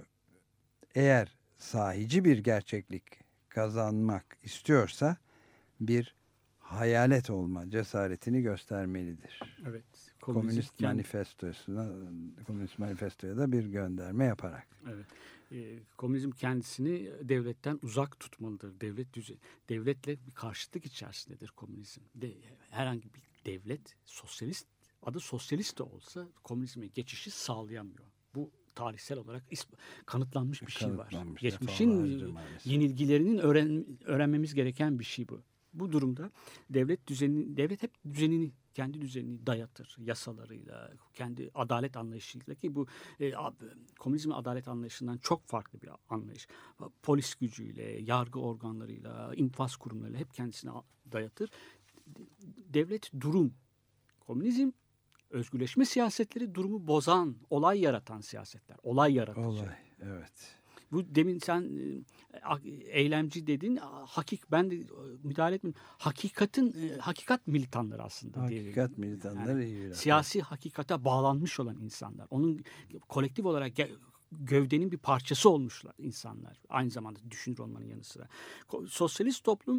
eğer sahici bir gerçeklik kazanmak istiyorsa bir hayalet olma cesaretini göstermelidir. Evet. Komünist manifestosuna, Komünist manifestoya da bir gönderme yaparak. Evet. E, komünizm kendisini devletten uzak tutmalıdır. Devlet düzey, devletle bir karşıtlık içerisindedir komünizm. De, herhangi bir devlet, sosyalist, adı sosyalist de olsa komünizme geçişi sağlayamıyor. Bu tarihsel olarak kanıtlanmış bir şey var. Geçmişin yenilgilerinin öğren, öğrenmemiz gereken bir şey bu. Bu durumda devlet düzeni, devlet hep düzenini, kendi düzenini dayatır yasalarıyla, kendi adalet anlayışıyla ki bu e, komünizm adalet anlayışından çok farklı bir anlayış. Polis gücüyle, yargı organlarıyla, infaz kurumlarıyla hep kendisine dayatır. Devlet durum, komünizm özgürleşme siyasetleri durumu bozan, olay yaratan siyasetler, olay yaratıcı. Olay, evet. Bu demin sen e, eylemci dedin, hakik ben de müdahale etmedim. Hakikatin e, hakikat militanları aslında. Hakikat militanları yani, iyi biraz. Siyasi hakikate bağlanmış olan insanlar. Onun kolektif olarak gövdenin bir parçası olmuşlar insanlar. Aynı zamanda düşünür olmanın yanı sıra. Sosyalist toplum,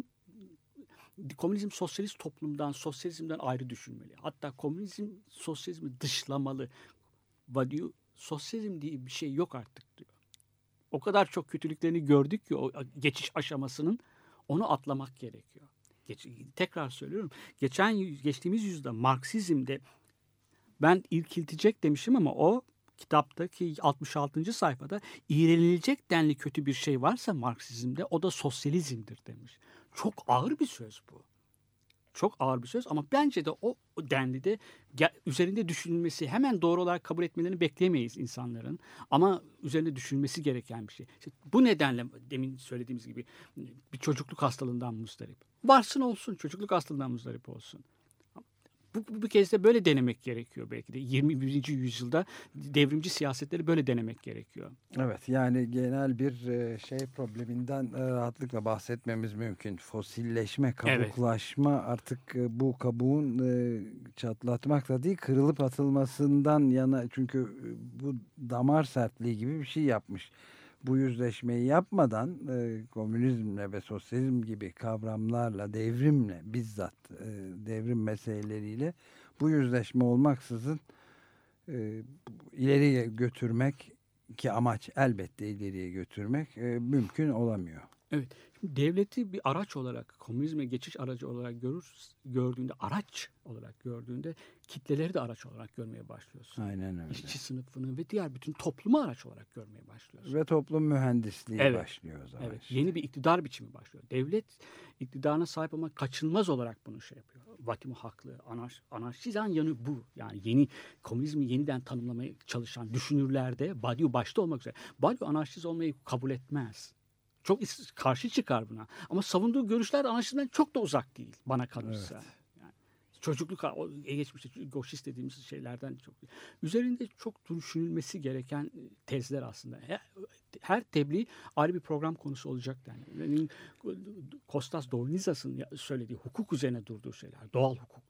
komünizm sosyalist toplumdan, sosyalizmden ayrı düşünmeli. Hatta komünizm sosyalizmi dışlamalı. Badiou, sosyalizm diye bir şey yok artık diyor. O kadar çok kötülüklerini gördük ki o geçiş aşamasının, onu atlamak gerekiyor. Geç, tekrar söylüyorum. Geçen geçtiğimiz yüzyılda Marksizm'de ben irkiltecek demişim ama o kitaptaki altmış altıncı sayfada iğrenilecek denli kötü bir şey varsa Marksizm'de o da sosyalizmdir demiş. Çok ağır bir söz bu. Çok ağır bir söz ama bence de o denli de üzerinde düşünülmesi, hemen doğru olarak kabul etmelerini bekleyemeyiz insanların. Ama üzerinde düşünülmesi gereken bir şey. İşte bu nedenle demin söylediğimiz gibi bir çocukluk hastalığından muzdarip. Varsın olsun, çocukluk hastalığından muzdarip olsun. Bu, bu bir kez de böyle denemek gerekiyor belki de. yirmi birinci yüzyılda devrimci siyasetleri böyle denemek gerekiyor. Evet, yani genel bir şey probleminden rahatlıkla bahsetmemiz mümkün. Fosilleşme, kabuklaşma, evet. Artık bu kabuğun çatlatmakla değil, kırılıp atılmasından yana, çünkü bu damar sertliği gibi bir şey yapmış. Bu yüzleşmeyi yapmadan e, komünizmle ve sosyalizm gibi kavramlarla, devrimle, bizzat e, devrim meseleleriyle bu yüzleşme olmaksızın e, ileriye götürmek, ki amaç elbette ileriye götürmek e, mümkün olamıyor. Evet. Şimdi devleti bir araç olarak, komünizme geçiş aracı olarak görür, gördüğünde, araç olarak gördüğünde kitleleri de araç olarak görmeye başlıyorsun. Aynen öyle. İşçi sınıfını ve diğer bütün toplumu araç olarak görmeye başlıyorsun. Ve toplum mühendisliği evet. başlıyor o zaman. Evet. Işte. Yeni bir iktidar biçimi başlıyor. Devlet iktidarına sahip ama kaçınılmaz olarak bunu şey yapıyor. Vattimo haklı. Anarş, anarşizan yanı bu. Yani yeni komünizmi yeniden tanımlamaya çalışan düşünürlerde, Badiou başta olmak üzere. Badiou anarşist olmayı kabul etmez. Çok karşı çıkar buna. Ama savunduğu görüşler anarşizmden çok da uzak değil bana kalırsa. Evet. Yani çocukluk, o geçmişte Gauchist dediğimiz şeylerden çok. Üzerinde çok düşünülmesi gereken tezler aslında. Her, her tebliğ ayrı bir program konusu olacak yani. yani Kostas Dolounizas'ın söylediği hukuk üzerine durduğu şeyler, doğal hukuklar.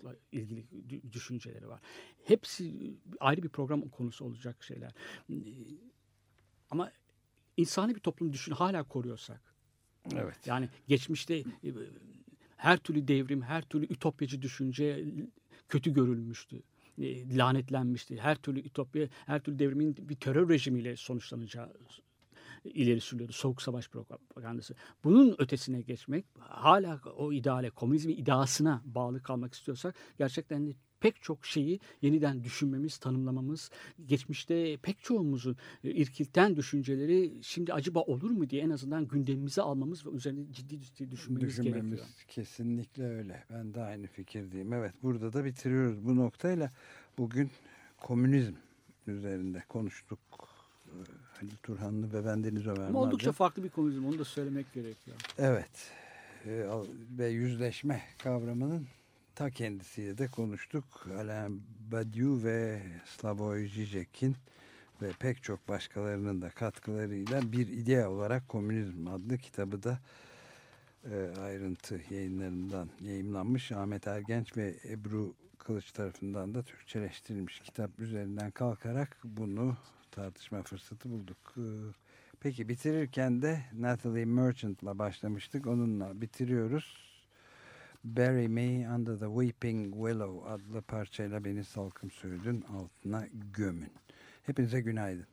toplulukla ilgili düşünceleri var. Hepsi ayrı bir program konusu olacak şeyler. Ama insani bir toplum düşün hala koruyorsak. Evet. Yani geçmişte her türlü devrim, her türlü ütopyacı düşünce kötü görülmüştü. Lanetlenmişti. Her türlü ütopya, her türlü devrimin bir terör rejimiyle sonuçlanacağı ileri sürüyordu. Soğuk savaş propagandası. Bunun ötesine geçmek, hala o ideale, komünizmin iddiasına bağlı kalmak istiyorsak gerçekten de pek çok şeyi yeniden düşünmemiz, tanımlamamız, geçmişte pek çoğumuzun irkilten düşünceleri şimdi acaba olur mu diye en azından gündemimize almamız ve üzerine ciddi ciddi düşünmemiz, düşünmemiz gerekiyor. Kesinlikle öyle. Ben de aynı fikirdeyim. Evet, burada da bitiriyoruz bu noktayla. Bugün komünizm üzerinde konuştuk. Halil Turhanlı ve ben Deniz Ömer Ama oldukça farklı bir komünizm, onu da söylemek gerekiyor. Evet. Ve yüzleşme kavramının ta kendisiyle de konuştuk. Alain Badiou ve Slavoj Žižek'in ve pek çok başkalarının da katkılarıyla Bir İdea olarak Komünizm adlı kitabı da e, ayrıntı yayınlarından yayımlanmış. Ahmet Ergenç ve Ebru Kılıç tarafından da Türkçeleştirilmiş kitap üzerinden kalkarak bunu tartışma fırsatı bulduk. Peki bitirirken de Natalie Merchant'la başlamıştık. Onunla bitiriyoruz. Bury Me Under the Weeping Willow adlı parçayla beni salkım suyunun altına gömün. Hepinize günaydın.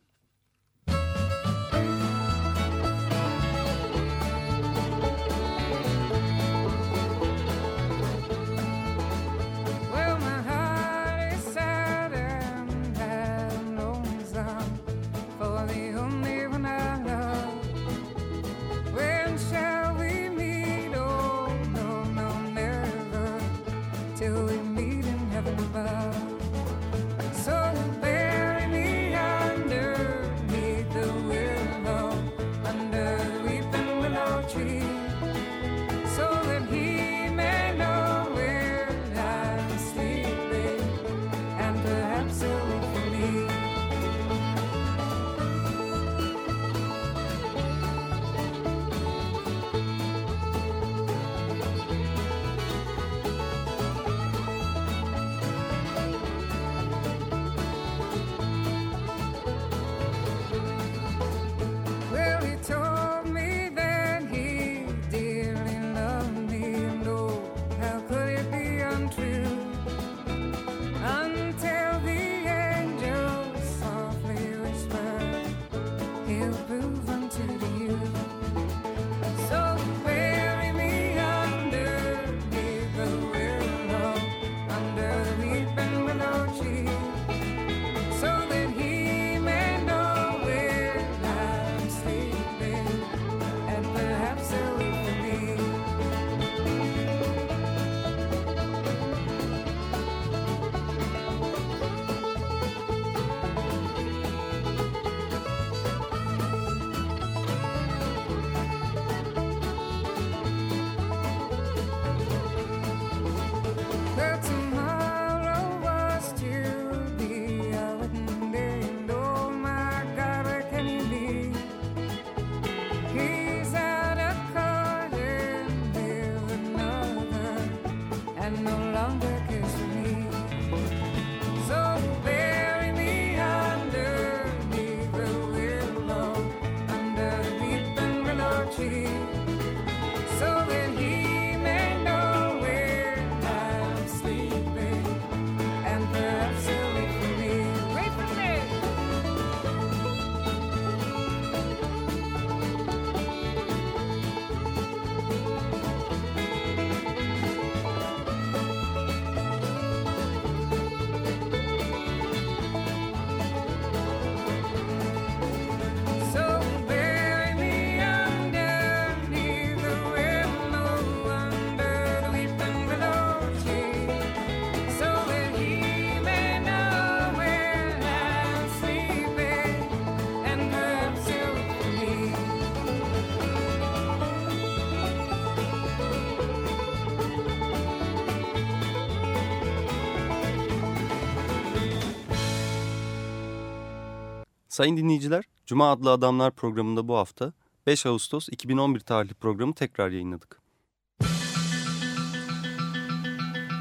Sayın dinleyiciler, Cuma Adlı Adamlar programında bu hafta beş Ağustos iki bin on bir tarihli programı tekrar yayınladık.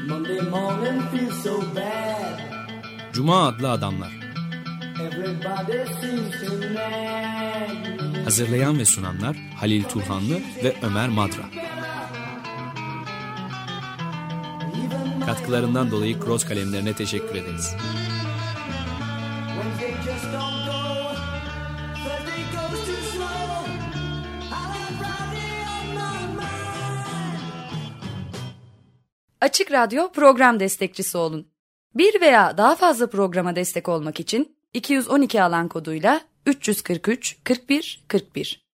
Monday morning feels so bad. Cuma adlı adamlar. Everybody seems to nag. Hazırlayan ve sunanlar Halil Turhanlı ve Ömer Madra. Katkılarından dolayı Cross kalemlerine teşekkür ederiz. Açık Radyo program destekçisi olun. Bir veya daha fazla programa destek olmak için iki yüz on iki alan koduyla üç yüz kırk üç kırk bir kırk bir